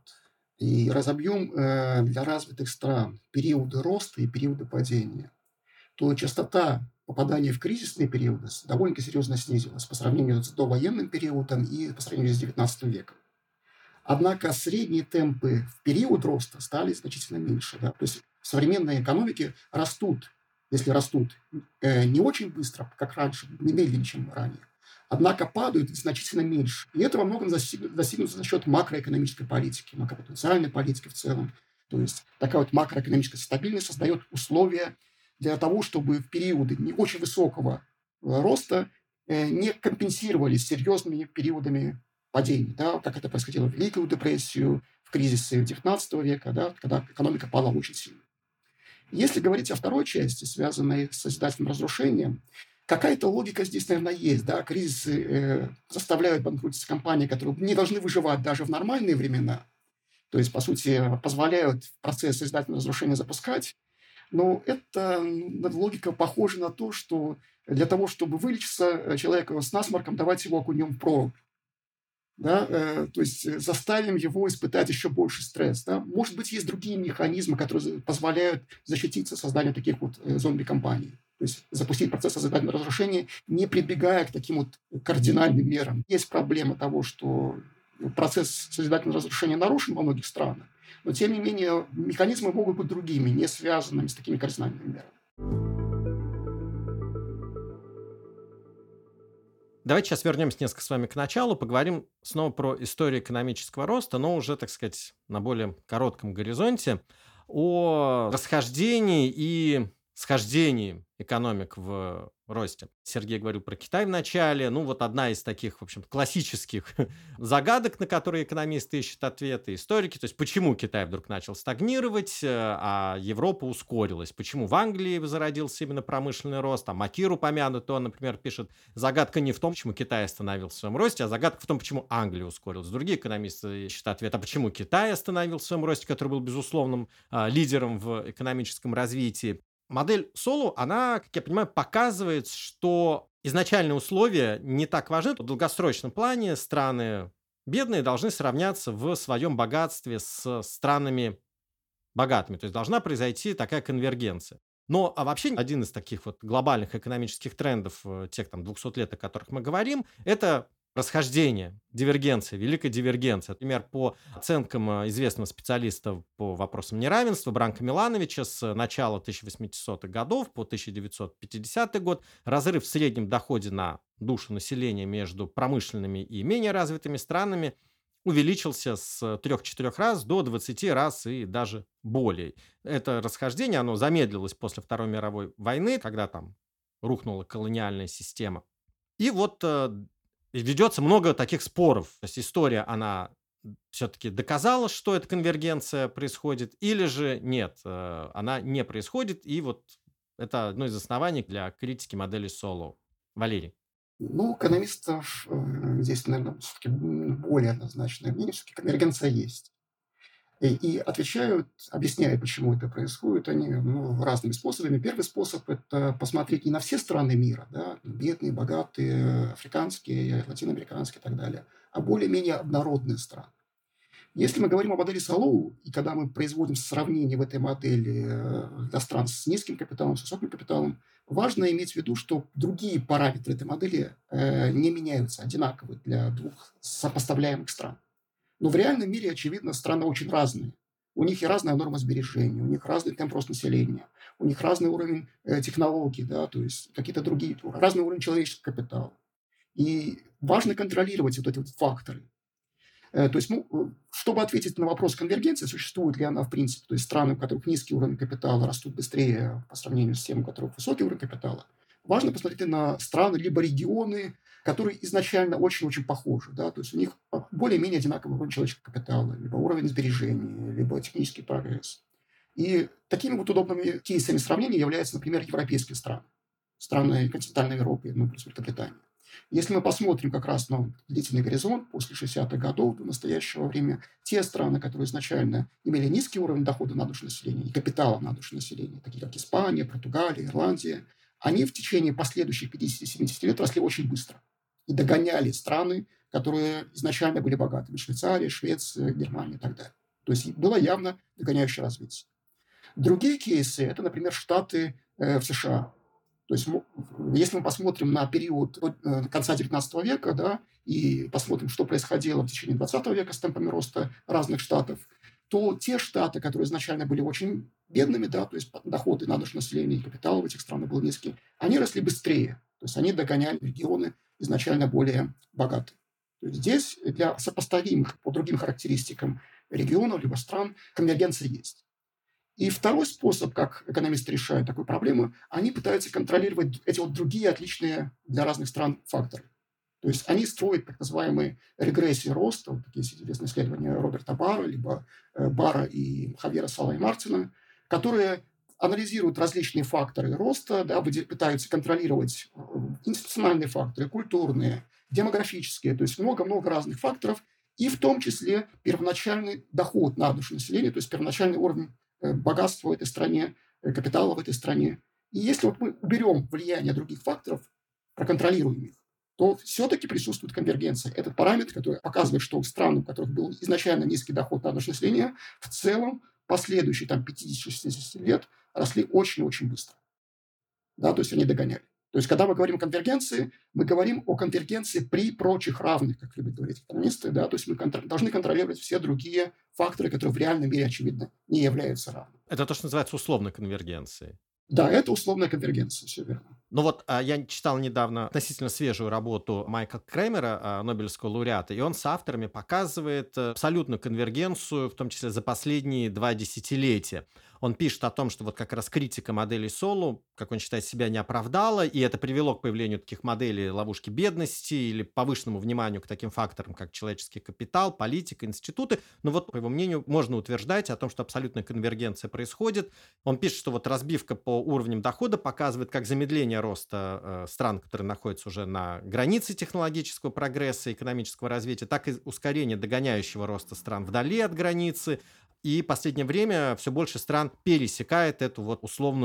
и разобьем э, для развитых стран периоды роста и периоды падения, то частота попадания в кризисные периоды довольно серьезно снизилась по сравнению с довоенным периодом и по сравнению с девятнадцатым веком. Однако средние темпы в период роста стали значительно меньше. Да? То есть современные экономики растут, если растут э, не очень быстро, как раньше, не медленнее, чем ранее, однако падают значительно меньше. И это во многом достигнуто за счет макроэкономической политики, макропотенциальной политики в целом. То есть такая вот макроэкономическая стабильность создает условия для того, чтобы в периоды не очень высокого роста э, не компенсировались серьезными периодами падений, да, как это происходило в Великую депрессию, в кризисы девятнадцатого века, да, когда экономика пала очень сильно. Если говорить о второй части, связанной с созидательным разрушением, какая-то логика здесь, наверное, есть. Да? Кризисы э, заставляют банкротиться компании, которые не должны выживать даже в нормальные времена. То есть, по сути, позволяют процесс созидательного разрушения запускать. Но эта логика похожа на то, что для того, чтобы вылечиться человека с насморком, давайте его окунем в прорубь. Да? Э, то есть заставим его испытать еще больше стресс. Да? Может быть, есть другие механизмы, которые позволяют защититься созданию таких вот э, зомби-компаний. То есть запустить процесс созидательного разрушения, не прибегая к таким вот кардинальным мерам. Есть проблема того, что процесс созидательного разрушения нарушен во многих странах, но, тем не менее, механизмы могут быть другими, не связанными с такими кардинальными мерами. Давайте сейчас вернемся несколько с вами к началу, поговорим снова про историю экономического роста, но уже, так сказать, на более коротком горизонте, о расхождении и схождении экономик в росте. Сергей говорил про Китай в начале. Ну, вот одна из таких, в общем, классических загадок, на которые экономисты ищут ответы, историки. То есть, почему Китай вдруг начал стагнировать, а Европа ускорилась? Почему в Англии зародился именно промышленный рост? А Макир упомянут, он, например, пишет, загадка не в том, почему Китай остановился в своем росте, а загадка в том, почему Англия ускорилась. Другие экономисты ищут ответ, а почему Китай остановился в своем росте, который был безусловным а, лидером в экономическом развитии. Модель Солу, она, как я понимаю, показывает, что изначальные условия не так важны. В долгосрочном плане страны бедные должны сравняться в своем богатстве с странами богатыми. То есть должна произойти такая конвергенция. Но а вообще один из таких вот глобальных экономических трендов э, тех там двухсот лет, о которых мы говорим, это расхождение, дивергенция, великая дивергенция. Например, по оценкам э, известного специалиста по вопросам неравенства Бранко Милановича с начала тысяча восьмисотых годов по тысяча девятьсот пятидесятый год разрыв в среднем доходе на душу населения между промышленными и менее развитыми странами увеличился с трёх-четырёх раз до двадцати раз и даже более. Это расхождение, оно замедлилось после Второй мировой войны, когда там рухнула колониальная система. И вот э, ведется много таких споров. То есть история, она все-таки доказала, что эта конвергенция происходит, или же нет, э, она не происходит, и вот это одно из оснований для критики модели Солоу. Валерий. Ну, у экономистов э, здесь, наверное, все-таки более однозначное мнение, все-таки конвергенция есть. И, и отвечают, объясняют, почему это происходит, они ну, разными способами. Первый способ – это посмотреть не на все страны мира, да, бедные, богатые, африканские, латиноамериканские и так далее, а более-менее однородные страны. Если мы говорим о модели Солоу, и когда мы производим сравнение в этой модели э, для стран с низким капиталом, с высоким капиталом, важно иметь в виду, что другие параметры этой модели э, не меняются, одинаковы для двух сопоставляемых стран. Но в реальном мире, очевидно, страны очень разные. У них и разная норма сбережения, у них разный темп роста населения, у них разный уровень э, технологий, да, то есть какие-то другие, разный уровень человеческого капитала. И важно контролировать вот эти вот факторы. То есть, ну, чтобы ответить на вопрос конвергенции, существует ли она в принципе, то есть страны, у которых низкий уровень капитала, растут быстрее по сравнению с тем, у которых высокий уровень капитала, важно посмотреть на страны либо регионы, которые изначально очень-очень похожи, да, то есть у них более-менее одинаковый уровень человеческого капитала, либо уровень сбережений, либо технический прогресс. И такими вот удобными кейсами сравнения являются, например, европейские страны, страны континентальной Европы, ну, плюс Великобритания. Если мы посмотрим как раз на длительный горизонт после шестидесятых годов до настоящего времени, те страны, которые изначально имели низкий уровень дохода на душу населения и капитала на душу населения, такие как Испания, Португалия, Ирландия, они в течение последующих пятидесяти-семидесяти лет росли очень быстро и догоняли страны, которые изначально были богатыми: Швейцария, Швеция, Германия и так далее. То есть было явно догоняющее развитие. Другие кейсы – это, например, Штаты э, в США. То есть, если мы посмотрим на период конца девятнадцатого века, да, и посмотрим, что происходило в течение двадцатого века с темпами роста разных штатов, то те штаты, которые изначально были очень бедными, да, то есть доходы на душу населения и капитал в этих странах был низкий, они росли быстрее. То есть они догоняли регионы изначально более богатые. То есть здесь для сопоставимых по другим характеристикам регионов либо стран конвергенция есть. И второй способ, как экономисты решают такую проблему, они пытаются контролировать эти вот другие отличные для разных стран факторы. То есть они строят так называемые регрессии роста, вот такие известные исследования Роберта Барра, либо Барра и Хавьера Сала и Мартина, которые анализируют различные факторы роста, да, пытаются контролировать институциональные факторы, культурные, демографические, то есть много-много разных факторов, и в том числе первоначальный доход на душу населения, то есть первоначальный уровень богатства в этой стране, капитала в этой стране. И если вот мы уберем влияние других факторов, проконтролируем их, то все-таки присутствует конвергенция. Этот параметр, который показывает, что страны, у которых был изначально низкий доход на душу населения, в целом последующие там, пятьдесят-шестьдесят лет росли очень-очень быстро. Да, то есть они догоняли. То есть, когда мы говорим о конвергенции, мы говорим о конвергенции при прочих равных, как любят говорить экономисты. Да? То есть мы контр- должны контролировать все другие факторы, которые в реальном мире, очевидно, не являются равными. Это то, что называется условной конвергенцией. Да, это условная конвергенция, все верно. Ну вот а, я читал недавно относительно свежую работу Майкла Кремера, а, Нобелевского лауреата, и он с авторами показывает абсолютную конвергенцию, в том числе за последние два десятилетия. Он пишет о том, что вот как раз критика моделей Солоу, как он считает, себя не оправдала, и это привело к появлению таких моделей ловушки бедности или повышенному вниманию к таким факторам, как человеческий капитал, политика, институты. Но вот, по его мнению, можно утверждать о том, что абсолютная конвергенция происходит. Он пишет, что вот разбивка по уровням дохода показывает как замедление роста э, стран, которые находятся уже на границе технологического прогресса, экономического развития, так и ускорение догоняющего роста стран вдали от границы. И в последнее время все больше стран пересекает эту вот условную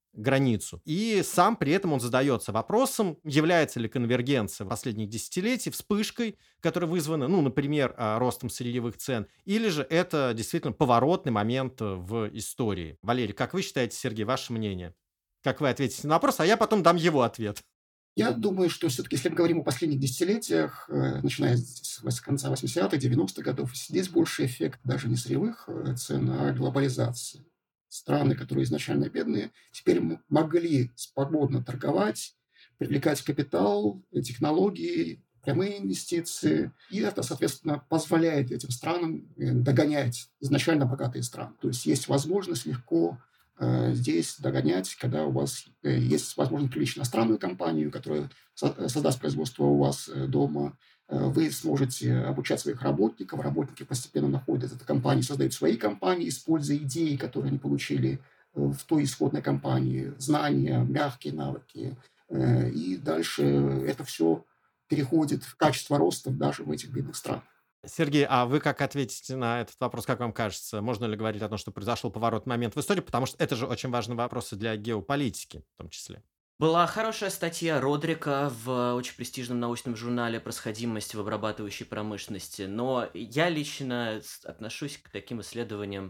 границу. И сам при этом он задается вопросом, является ли конвергенция в последних десятилетий вспышкой, которая вызвана, ну, например, а, ростом сырьевых цен, или же это действительно поворотный момент э, в истории. Валерий, как вы считаете, Сергей, ваше мнение? Как вы ответите на вопрос, а я потом дам его ответ. Я думаю, что все-таки, если мы говорим о последних десятилетиях, э, начиная с вос- конца восьмидесятых, девяностых годов, здесь больше эффект даже не сырьевых э, цен, а глобализации. Страны, которые изначально бедные, теперь м- могли свободно торговать, привлекать капитал, э, технологии, прямые инвестиции. И это, соответственно, позволяет этим странам э, догонять изначально богатые страны. То есть есть возможность легко э, здесь догонять, когда у вас э, есть возможность привлечь иностранную компанию, которая со- э, создаст производство у вас э, дома. Э, Вы сможете обучать своих работников, работники постепенно находят эту компанию, создают свои компании, используя идеи, которые они получили э, в той исходной компании, знания, мягкие навыки. Э, И дальше это все переходит в качество роста даже в этих бедных странах. Сергей, а вы как ответите на этот вопрос, как вам кажется? Можно ли говорить о том, что произошел поворотный момент в истории? Потому что это же очень важный вопрос и для геополитики в том числе. Была хорошая статья Родрика в очень престижном научном журнале «Происходимость в обрабатывающей промышленности», но я лично с- отношусь к таким исследованиям,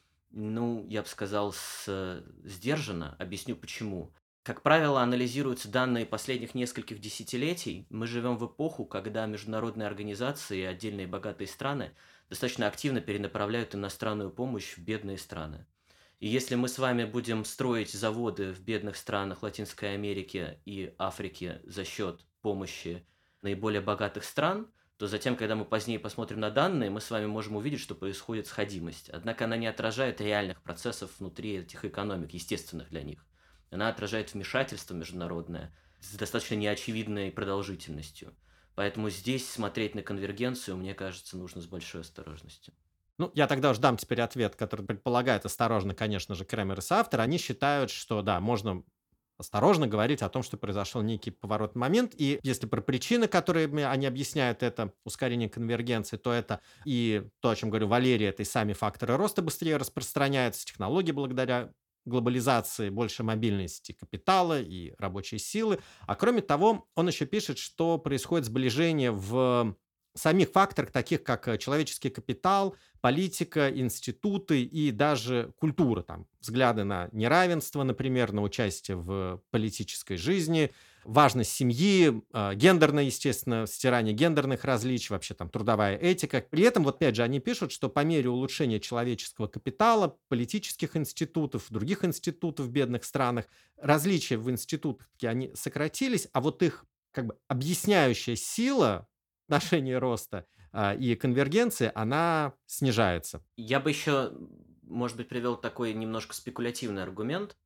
ну, я бы сказал, с, э, сдержанно. Объясню почему. Как правило, анализируются данные последних нескольких десятилетий. Мы живем в эпоху, когда международные организации и отдельные богатые страны достаточно активно перенаправляют иностранную помощь в бедные страны. И если мы с вами будем строить заводы в бедных странах Латинской Америки и Африки за счет помощи наиболее богатых стран, то затем, когда мы позднее посмотрим на данные, мы с вами можем увидеть, что происходит сходимость. Однако она не отражает реальных процессов внутри этих экономик, естественных для них. Она отражает вмешательство международное с достаточно неочевидной продолжительностью. Поэтому здесь смотреть на конвергенцию, мне кажется, нужно с большой осторожностью. Ну, я тогда уж дам теперь ответ, который предполагает осторожно, конечно же, Кремер и соавтор. Они считают, что, да, можно осторожно говорить о том, что произошел некий поворотный момент. И если про причины, которыми они объясняют это ускорение конвергенции, то это и то, о чем говорю Валерий, это и сами факторы роста быстрее распространяются, технологии благодаря глобализации, больше мобильности капитала и рабочей силы. А кроме того, он еще пишет, что происходит сближение в самих факторах, таких как э, человеческий капитал, политика, институты и даже культура, там, взгляды на неравенство, например, на участие в политической жизни, важность семьи, э, гендерное, естественно, стирание гендерных различий, вообще там трудовая этика. При этом, вот опять же, они пишут, что по мере улучшения человеческого капитала, политических институтов, других институтов в бедных странах, различия в институтах таки они сократились, а вот их как бы объясняющая сила отношения роста а, и конвергенции, она снижается. Я бы еще, может быть, привел такой немножко спекулятивный аргумент,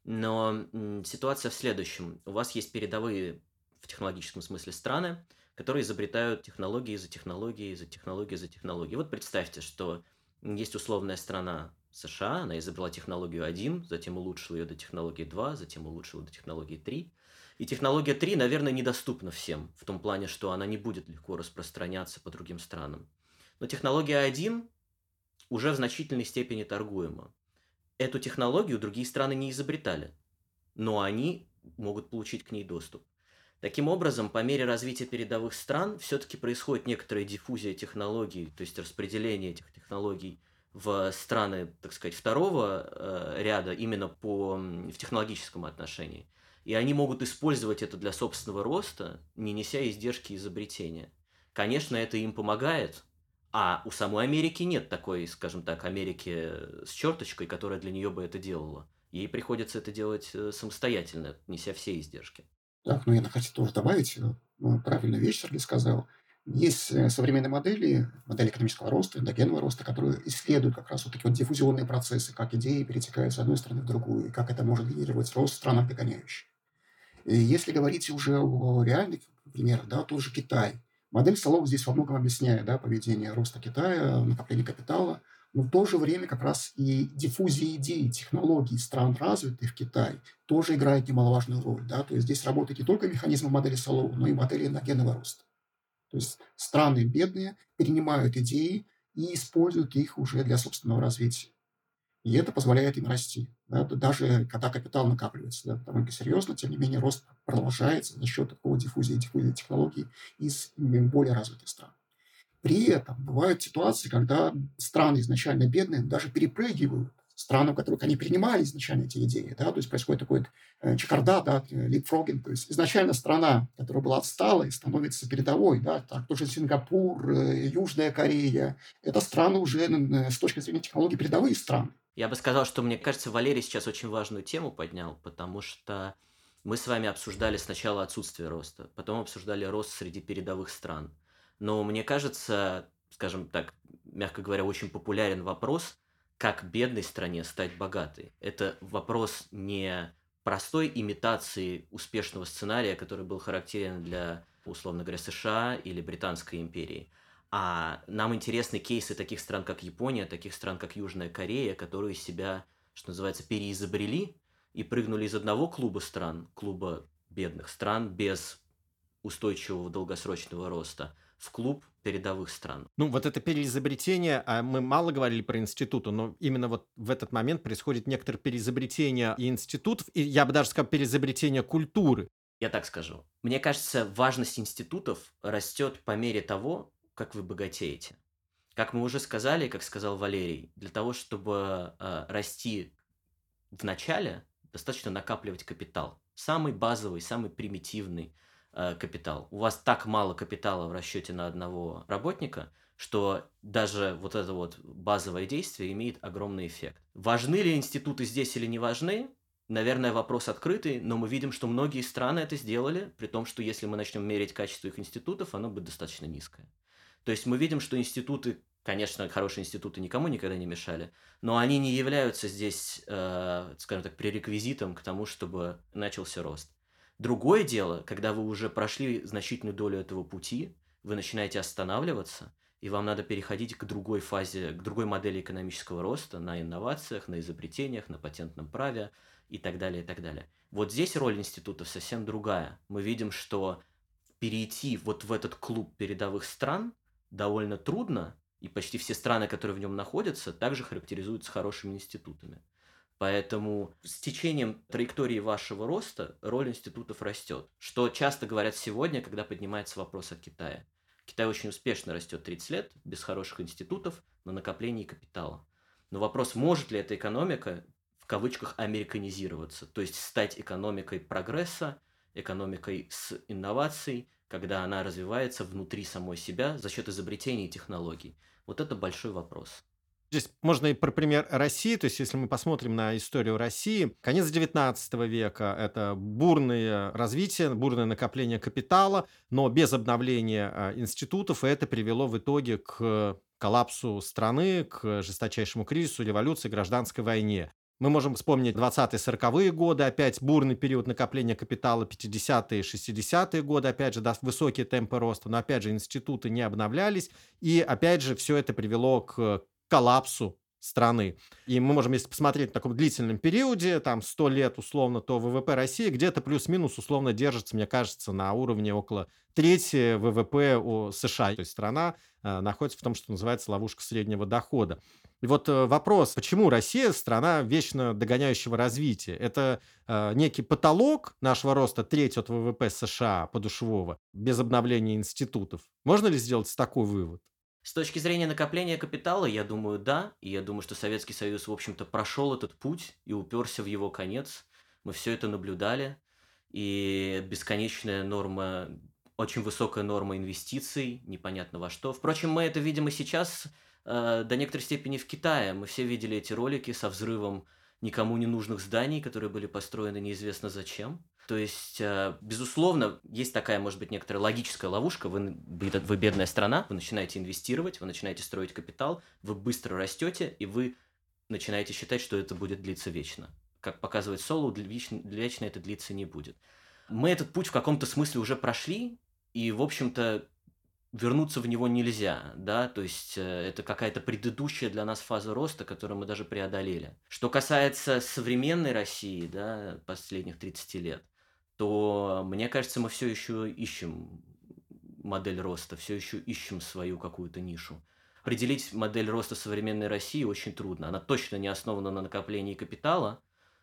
но м, ситуация в следующем. У вас есть передовые в технологическом смысле страны, которые изобретают технологии за технологией, за технологией, за технологией. Вот представьте, что есть условная страна США, она изобрела технологию один, затем улучшила ее до технологии два, затем улучшила до технологии три. И технология три, наверное, недоступна всем, в том плане, что она не будет легко распространяться по другим странам. Но технология один уже в значительной степени торгуема. Эту технологию другие страны не изобретали, но они могут получить к ней доступ. Таким образом, по мере развития передовых стран все-таки происходит некоторая диффузия технологий, то есть распределение этих технологий в страны, так сказать, второго э, ряда именно по, м, в технологическом отношении. И они могут использовать это для собственного роста, не неся издержки изобретения. Конечно, это им помогает, а у самой Америки нет такой, скажем так, Америки с черточкой, которая для нее бы это делала. Ей приходится это делать э, самостоятельно, неся все издержки. Так, ну я хочу тоже добавить, э, ну, правильную вещь Сергей сказал. Есть э, современные модели, модели экономического роста, эндогенного роста, которые исследуют как раз вот такие вот диффузионные процессы, как идеи перетекают с одной стороны в другую, и как это может генерировать рост в странах догоняющих. И если говорить уже о реальных примерах, да, тот же Китай. Модель столов здесь во многом объясняет, да, поведение роста Китая, накопление капитала, но в то же время как раз и диффузия идей, технологий стран, развитых в Китае, тоже играет немаловажную роль. Да? То есть здесь работает не только механизмы модели Солоу, но и модели эногенного роста. То есть страны бедные перенимают идеи и используют их уже для собственного развития. И это позволяет им расти. Да, д- даже когда капитал накапливается, да, довольно серьезно, тем не менее рост продолжается за счет такого диффузии, диффузии технологий из м, более развитых стран. При этом бывают ситуации, когда страны изначально бедные даже перепрыгивают страны, у которых они принимали изначально эти идеи, да, то есть происходит такой вот, э, чехарда, да, э, leapfrogging, то есть изначально страна, которая была отсталой, становится передовой, да, так, тоже Сингапур, э, Южная Корея, это страны уже н- н- с точки зрения технологий передовые страны. Я бы сказал, что, мне кажется, Валерий сейчас очень важную тему поднял, потому что мы с вами обсуждали сначала отсутствие роста, потом обсуждали рост среди передовых стран. Но мне кажется, скажем так, мягко говоря, очень популярен вопрос, как бедной стране стать богатой. Это вопрос не простой имитации успешного сценария, который был характерен для, условно говоря, США или Британской империи, а нам интересны кейсы таких стран, как Япония, таких стран, как Южная Корея, которые себя, что называется, переизобрели и прыгнули из одного клуба стран, клуба бедных стран без устойчивого долгосрочного роста, в клуб передовых стран. Ну, вот это переизобретение, а мы мало говорили про институты, но именно вот в этот момент происходит некоторое переизобретение и институтов, и я бы даже сказал, переизобретение культуры. Я так скажу. Мне кажется, важность институтов растет по мере того, как вы богатеете. Как мы уже сказали, как сказал Валерий, для того, чтобы э, расти в начале, достаточно накапливать капитал. Самый базовый, самый примитивный э, капитал. У вас так мало капитала в расчете на одного работника, что даже вот это вот базовое действие имеет огромный эффект. Важны ли институты здесь или не важны? Наверное, вопрос открытый, но мы видим, что многие страны это сделали, при том, что если мы начнем мерить качество их институтов, оно будет достаточно низкое. То есть мы видим, что институты, конечно, хорошие институты никому никогда не мешали, но они не являются здесь, э, скажем так, пререквизитом к тому, чтобы начался рост. Другое дело, когда вы уже прошли значительную долю этого пути, вы начинаете останавливаться, и вам надо переходить к другой фазе, к другой модели экономического роста, на инновациях, на изобретениях, на патентном праве и так далее, и так далее. Вот здесь роль институтов совсем другая. Мы видим, что перейти вот в этот клуб передовых стран довольно трудно, и почти все страны, которые в нем находятся, также характеризуются хорошими институтами. Поэтому с течением траектории вашего роста роль институтов растет, что часто говорят сегодня, когда поднимается вопрос о Китае. Китай очень успешно растет тридцать лет, без хороших институтов, на накоплении капитала. Но вопрос, может ли эта экономика, в кавычках, американизироваться, то есть стать экономикой прогресса, экономикой с инновацией, когда она развивается внутри самой себя за счет изобретений и технологий. Вот это большой вопрос. Здесь можно и про пример России, то есть если мы посмотрим на историю России, конец девятнадцатого века– это бурное развитие, бурное накопление капитала, но без обновления а, институтов, и это привело в итоге к коллапсу страны, к жесточайшему кризису, революции, гражданской войне. Мы можем вспомнить двадцатые-сороковые годы, опять бурный период накопления капитала, пятидесятые, шестидесятые годы, опять же, даст высокие темпы роста, но опять же институты не обновлялись, и опять же все это привело к коллапсу страны. И мы можем, если посмотреть в таком длительном периоде, там сто лет условно, то ВВП России где-то плюс-минус условно держится, мне кажется, на уровне около трети ВВП у США. То есть страна э, находится в том, что называется ловушка среднего дохода. И вот э, вопрос, почему Россия страна вечно догоняющего развития? Это э, некий потолок нашего роста, треть от ВВП США подушевого, без обновления институтов. Можно ли сделать такой вывод? С точки зрения накопления капитала, я думаю, да. И я думаю, что Советский Союз, в общем-то, прошел этот путь и уперся в его конец. Мы все это наблюдали. И бесконечная норма, очень высокая норма инвестиций, непонятно во что. Впрочем, мы это видим и сейчас э, до некоторой степени в Китае. Мы все видели эти ролики со взрывом никому не нужных зданий, которые были построены неизвестно зачем. То есть, э, безусловно, есть такая, может быть, некоторая логическая ловушка. Вы, бед- вы бедная страна, вы начинаете инвестировать, вы начинаете строить капитал, вы быстро растете, и вы начинаете считать, что это будет длиться вечно. Как показывает Солоу, для вечно, для вечно это длиться не будет. Мы этот путь в каком-то смысле уже прошли, и, в общем-то, вернуться в него нельзя, да, то есть э, это какая-то предыдущая для нас фаза роста, которую мы даже преодолели. Что касается современной России, да, последних тридцати лет, то, мне кажется, мы все еще ищем модель роста, все еще ищем свою какую-то нишу. Определить модель роста современной России очень трудно. Она точно не основана на накоплении капитала,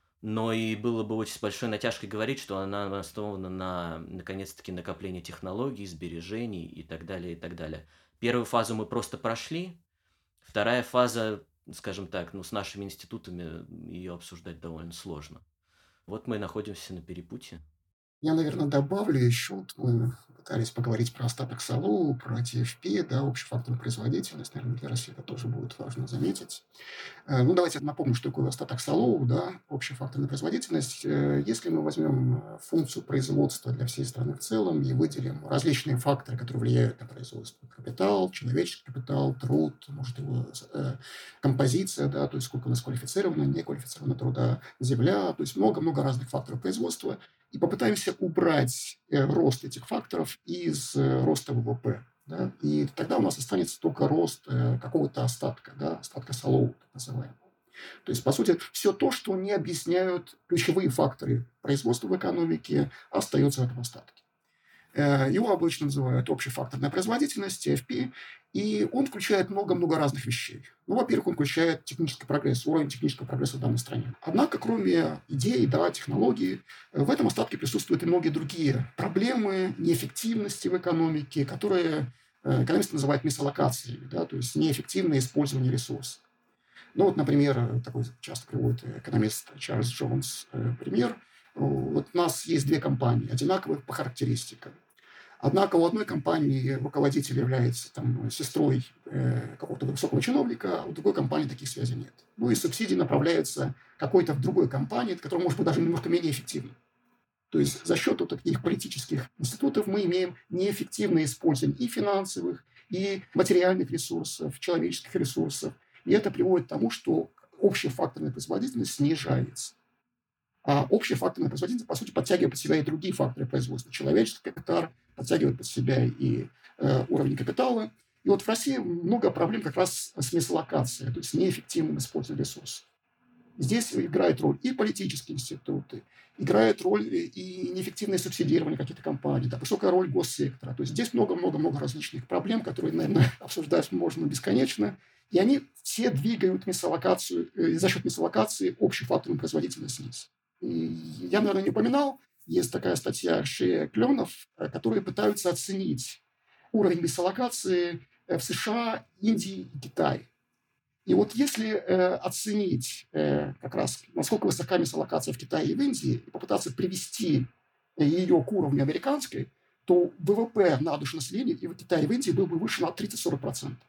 но и было бы очень с большой натяжкой говорить, что она основана на, наконец-таки, накоплении технологий, сбережений и так далее, и так далее. Первую фазу мы просто прошли. Вторая фаза, скажем так, ну, с нашими институтами ее обсуждать довольно сложно. Вот мы и находимся на перепутье. Я, наверное, добавлю еще, вот мы пытались поговорить про остаток САЛУ, про Ти Эф Пи, да, общий фактор производительности, наверное, для России это тоже будет важно заметить. Э, Ну, давайте напомню, что такое остаток САЛУ, да, общая факторная производительность. Э, Если мы возьмем э, функцию производства для всей страны в целом и выделим различные факторы, которые влияют на производство: капитал, человеческий капитал, труд, может, его э, композиция, да, то есть сколько у нас квалифицированного, неквалифицированного труда, земля, то есть много-много разных факторов производства, и попытаемся убрать э, рост этих факторов из э, роста вэ вэ пэ. Да, и тогда у нас останется только рост э, какого-то остатка, да, остатка САЛУ, так называемого. То есть, по сути, все то, что не объясняют ключевые факторы производства в экономике, остается в этом остатке. Э, Его обычно называют общефакторная производительность, Ти Эф Пи, и он включает много-много разных вещей. Ну, во-первых, он включает технический прогресс, уровень технического прогресса в данной стране. Однако, кроме идей, да, технологий, э, в этом остатке присутствуют и многие другие проблемы неэффективности в экономике, которые э, экономисты называют мисаллокациями, да, то есть неэффективное использование ресурсов. Ну, вот, например, э, такой часто приводит экономист Чарльз Джонс э, пример. Вот у нас есть две компании, одинаковые по характеристикам. Однако у одной компании руководитель является там, сестрой э, какого-то высокого чиновника, а у другой компании таких связей нет. Ну и субсидии направляются какой-то в другой компании, которая может быть даже немножко менее эффективной. То есть за счет вот таких политических институтов мы имеем неэффективное использование и финансовых, и материальных ресурсов, человеческих ресурсов. И это приводит к тому, что общая факторная производительность снижается. А общая факторная производительность, по сути, подтягивает под себя и другие факторы производства. Человеческий капитал подтягивает под себя и э, уровень капитала. И вот в России много проблем как раз с мисаллокацией, то есть неэффективным использованием ресурсов. Здесь играет роль и политические институты, играет роль и неэффективное субсидирование каких-то компаний, да, высокая роль госсектора. То есть здесь много-много-много различных проблем, которые, наверное, обсуждать можно бесконечно. И они все двигают мисаллокацию, э, за счет мисаллокации общую факторную производительность вниз. И я, наверное, не упоминал, есть такая статья Шея Кленов, э, которые пытаются оценить уровень мисаллокации э, в США, Индии и Китае. И вот если э, оценить э, как раз, насколько высока мисаллокация в Китае и в Индии, и попытаться привести ее к уровню американской, то вэ вэ пэ на душу населения и в Китае, и в Индии был бы выше на тридцать-сорок процентов.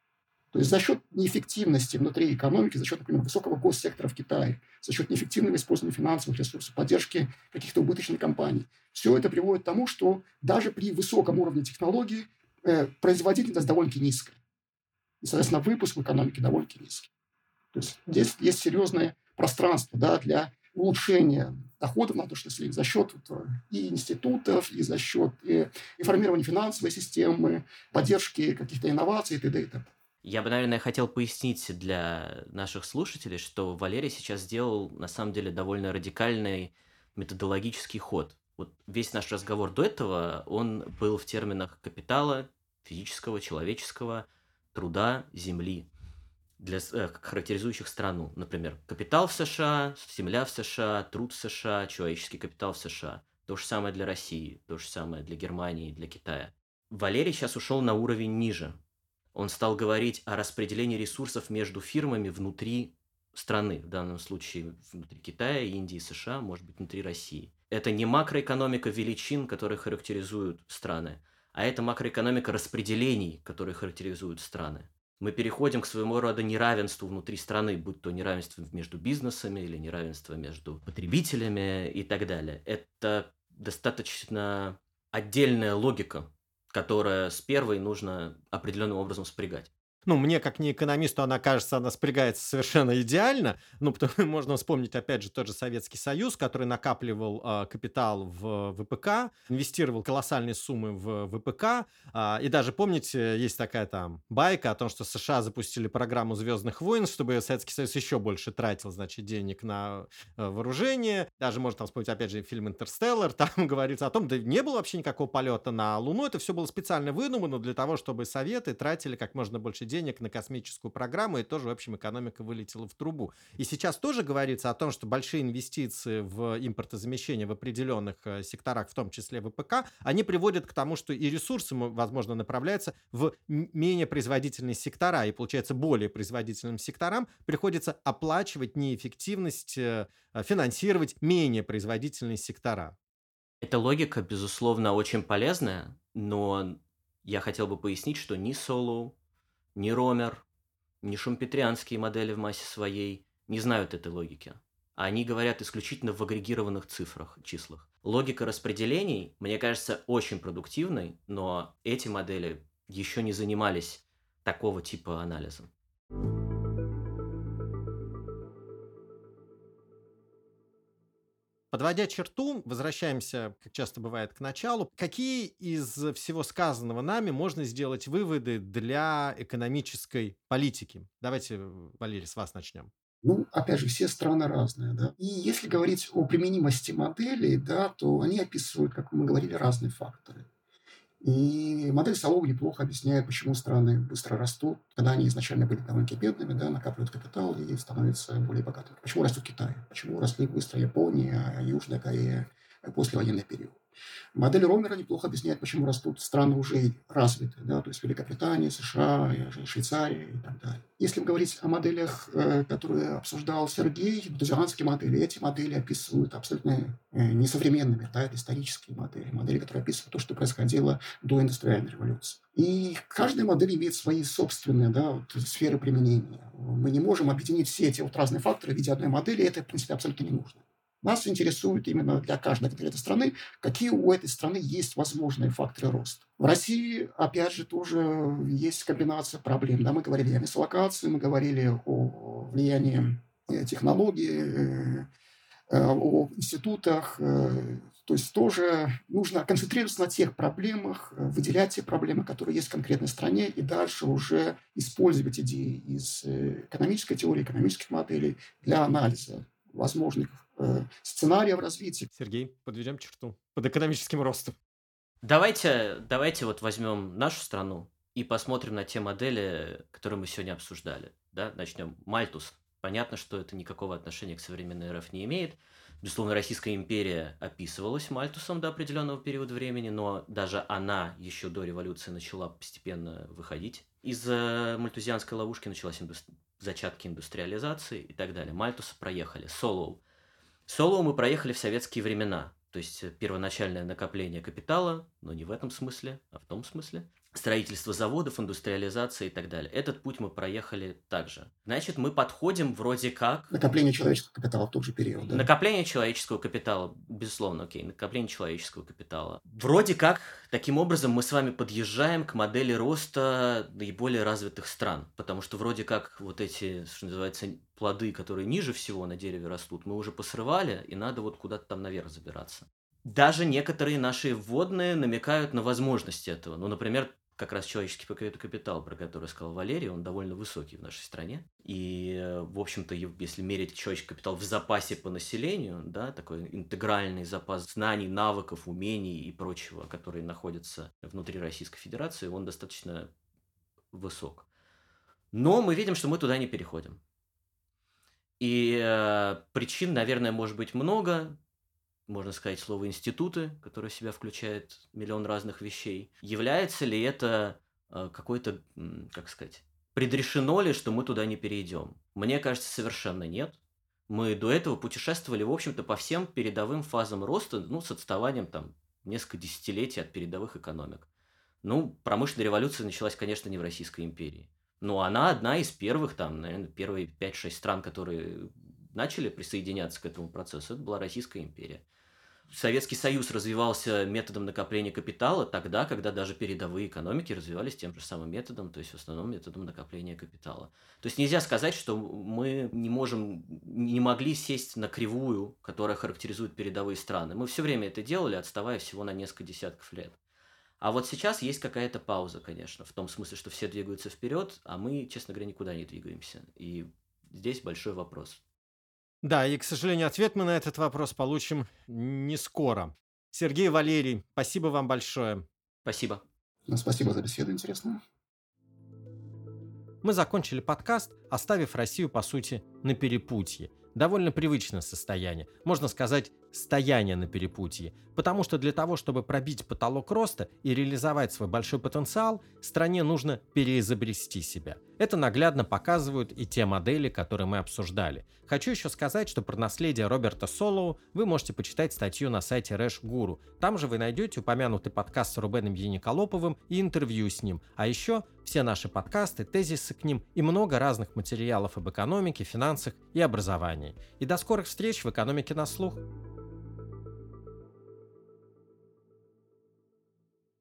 То есть за счет неэффективности внутри экономики, за счет, например, высокого госсектора в Китае, за счет неэффективного использования финансовых ресурсов, поддержки каких-то убыточных компаний, все это приводит к тому, что даже при высоком уровне технологий э, производительность довольно-таки низкая. И, соответственно, выпуск в экономике довольно-таки низкий. То есть здесь есть серьезное пространство, да, для улучшения доходов на душу населения за счет вот, и институтов, и за счет и, и формирования финансовой системы, поддержки каких-то инноваций и т.д. и т.п. Я бы, наверное, хотел пояснить для наших слушателей, что Валерий сейчас сделал, на самом деле, довольно радикальный методологический ход. Вот весь наш разговор до этого, он был в терминах капитала, физического, человеческого, труда, земли, для, э, характеризующих страну. Например, капитал в США, земля в США, труд в США, человеческий капитал в США. То же самое для России, то же самое для Германии, для Китая. Валерий сейчас ушел на уровень ниже. Он стал говорить о распределении ресурсов между фирмами внутри страны, в данном случае внутри Китая, Индии, США, может быть, внутри России. Это не макроэкономика величин, которые характеризуют страны, а это макроэкономика распределений, которые характеризуют страны. Мы переходим к своему рода неравенству внутри страны, будь то неравенство между бизнесами или неравенство между потребителями и так далее. Это достаточно отдельная логика, которая с первой нужно определенным образом спрягать. Ну, мне, как не экономисту, она кажется, она спрягается совершенно идеально. Ну, потому можно вспомнить, опять же, тот же Советский Союз, который накапливал э, капитал в вэ пэ ка, инвестировал колоссальные суммы в вэ пэ ка. Э, и даже, помните, есть такая там байка о том, что США запустили программу «Звездных войн», чтобы Советский Союз еще больше тратил, значит, денег на э, вооружение. Даже можно там вспомнить, опять же, фильм «Интерстеллар». Там говорится о том, да не было вообще никакого полета на Луну. Это все было специально выдумано для того, чтобы Советы тратили как можно больше денег денег на космическую программу, и тоже, в общем, экономика вылетела в трубу. И сейчас тоже говорится о том, что большие инвестиции в импортозамещение в определенных э, секторах, в том числе в ВПК, они приводят к тому, что и ресурсы, мо- возможно, направляются в м- менее производительные сектора, и, получается, более производительным секторам приходится оплачивать неэффективность, э, э, финансировать менее производительные сектора. Эта логика, безусловно, очень полезная, но я хотел бы пояснить, что ни Солоу, ни Ромер, ни шумпетерианские модели в массе своей не знают этой логики. Они говорят исключительно в агрегированных цифрах, числах. Логика распределений, мне кажется, очень продуктивной, но эти модели еще не занимались такого типа анализом. Подводя черту, возвращаемся, как часто бывает, к началу. Какие из всего сказанного нами можно сделать выводы для экономической политики? Давайте, э, Валерий, с вас начнем. Ну, опять же, все страны разные, да. И если говорить о применимости моделей, да, то они описывают, как мы говорили, разные факторы. И модель Соловьева неплохо объясняет, почему страны быстро растут, когда они изначально были довольно бедными, да, накапливают капитал и становятся более богатыми. Почему растет Китай? Почему росли быстро Япония, Южная Корея в послевоенный период? Модель Ромера неплохо объясняет, почему растут страны уже развитые, да, то есть Великобритания, США, и Швейцария и так далее. Если говорить о моделях, э, которые обсуждал Сергей, бузеранские модели, эти модели описывают абсолютно э, несовременными, да, это исторические модели, модели, которые описывают то, что происходило до индустриальной революции. И каждая модель имеет свои собственные, да, вот, сферы применения. Мы не можем объединить все эти вот разные факторы в виде одной модели, это, в принципе, абсолютно не нужно. Нас интересует именно для каждой конкретной страны, какие у этой страны есть возможные факторы роста. В России, опять же, тоже есть комбинация проблем. Да, мы говорили о мисаллокации, мы говорили о влиянии э, технологий, э, э, о институтах. э, То есть тоже нужно концентрироваться на тех проблемах, э, выделять те проблемы, которые есть в конкретной стране, и дальше уже использовать идеи из э, экономической теории, экономических моделей для анализа возможных э, сценариев развития. Сергей, подведем черту под экономическим ростом. Давайте, давайте вот возьмем нашу страну и посмотрим на те модели, которые мы сегодня обсуждали. Да? Начнем. Мальтус. Понятно, что это никакого отношения к современной РФ не имеет. Безусловно, Российская империя описывалась Мальтусом до определенного периода времени, но даже она еще до революции начала постепенно выходить. Из э, мальтузианской ловушки началась индус- зачатки индустриализации и так далее. Мальтуса проехали. Солоу. Солоу мы проехали в советские времена. То есть э, первоначальное накопление капитала, но не в этом смысле, а в том смысле. Строительство заводов, индустриализация и так далее. Этот путь мы проехали также. Значит, мы подходим вроде как... Накопление человеческого капитала в тот же период. Да? Накопление человеческого капитала, безусловно, окей, накопление человеческого капитала. Вроде как, таким образом, мы с вами подъезжаем к модели роста наиболее развитых стран, потому что вроде как вот эти, что называется, плоды, которые ниже всего на дереве растут, мы уже посрывали, и надо вот куда-то там наверх забираться. Даже некоторые наши вводные намекают на возможности этого. Ну, например, как раз человеческий капитал, про который сказал Валерий, он довольно высокий в нашей стране. И, в общем-то, если мерить человеческий капитал в запасе по населению, да, такой интегральный запас знаний, навыков, умений и прочего, которые находятся внутри Российской Федерации, он достаточно высок. Но мы видим, что мы туда не переходим. И э, причин, наверное, может быть много. Можно сказать слово «институты», которое в себя включает миллион разных вещей. Является ли это э, какой-то, м, как сказать, предрешено ли, что мы туда не перейдем? Мне кажется, совершенно нет. Мы до этого путешествовали, в общем-то, по всем передовым фазам роста, ну, с отставанием там несколько десятилетий от передовых экономик. Ну, промышленная революция началась, конечно, не в Российской империи. Но она одна из первых, там, наверное, первые пять-шесть стран, которые начали присоединяться к этому процессу, это была Российская империя. Советский Союз развивался методом накопления капитала тогда, когда даже передовые экономики развивались тем же самым методом, то есть в основном методом накопления капитала. То есть нельзя сказать, что мы не можем, не могли сесть на кривую, которая характеризует передовые страны. Мы все время это делали, отставая всего на несколько десятков лет. А вот сейчас есть какая-то пауза, конечно, в том смысле, что все двигаются вперед, а мы, честно говоря, никуда не двигаемся. И здесь большой вопрос. Да, и, к сожалению, ответ мы на этот вопрос получим не скоро. Сергей, Валерий, спасибо вам большое. Спасибо. Ну, спасибо за беседу интересную. Мы закончили подкаст, оставив Россию, по сути, на перепутье. Довольно привычное состояние, можно сказать, стояние на перепутье, потому что для того, чтобы пробить потолок роста и реализовать свой большой потенциал, стране нужно переизобрести себя. Это наглядно показывают и те модели, которые мы обсуждали. Хочу еще сказать, что про наследие Роберта Солоу вы можете почитать статью на сайте Рэш Гуру. Там же вы найдете упомянутый подкаст с Рубеном Яниколоповым и интервью с ним, а еще все наши подкасты, тезисы к ним и много разных материалов об экономике, финансах и образовании. И до скорых встреч в «Экономике на слух».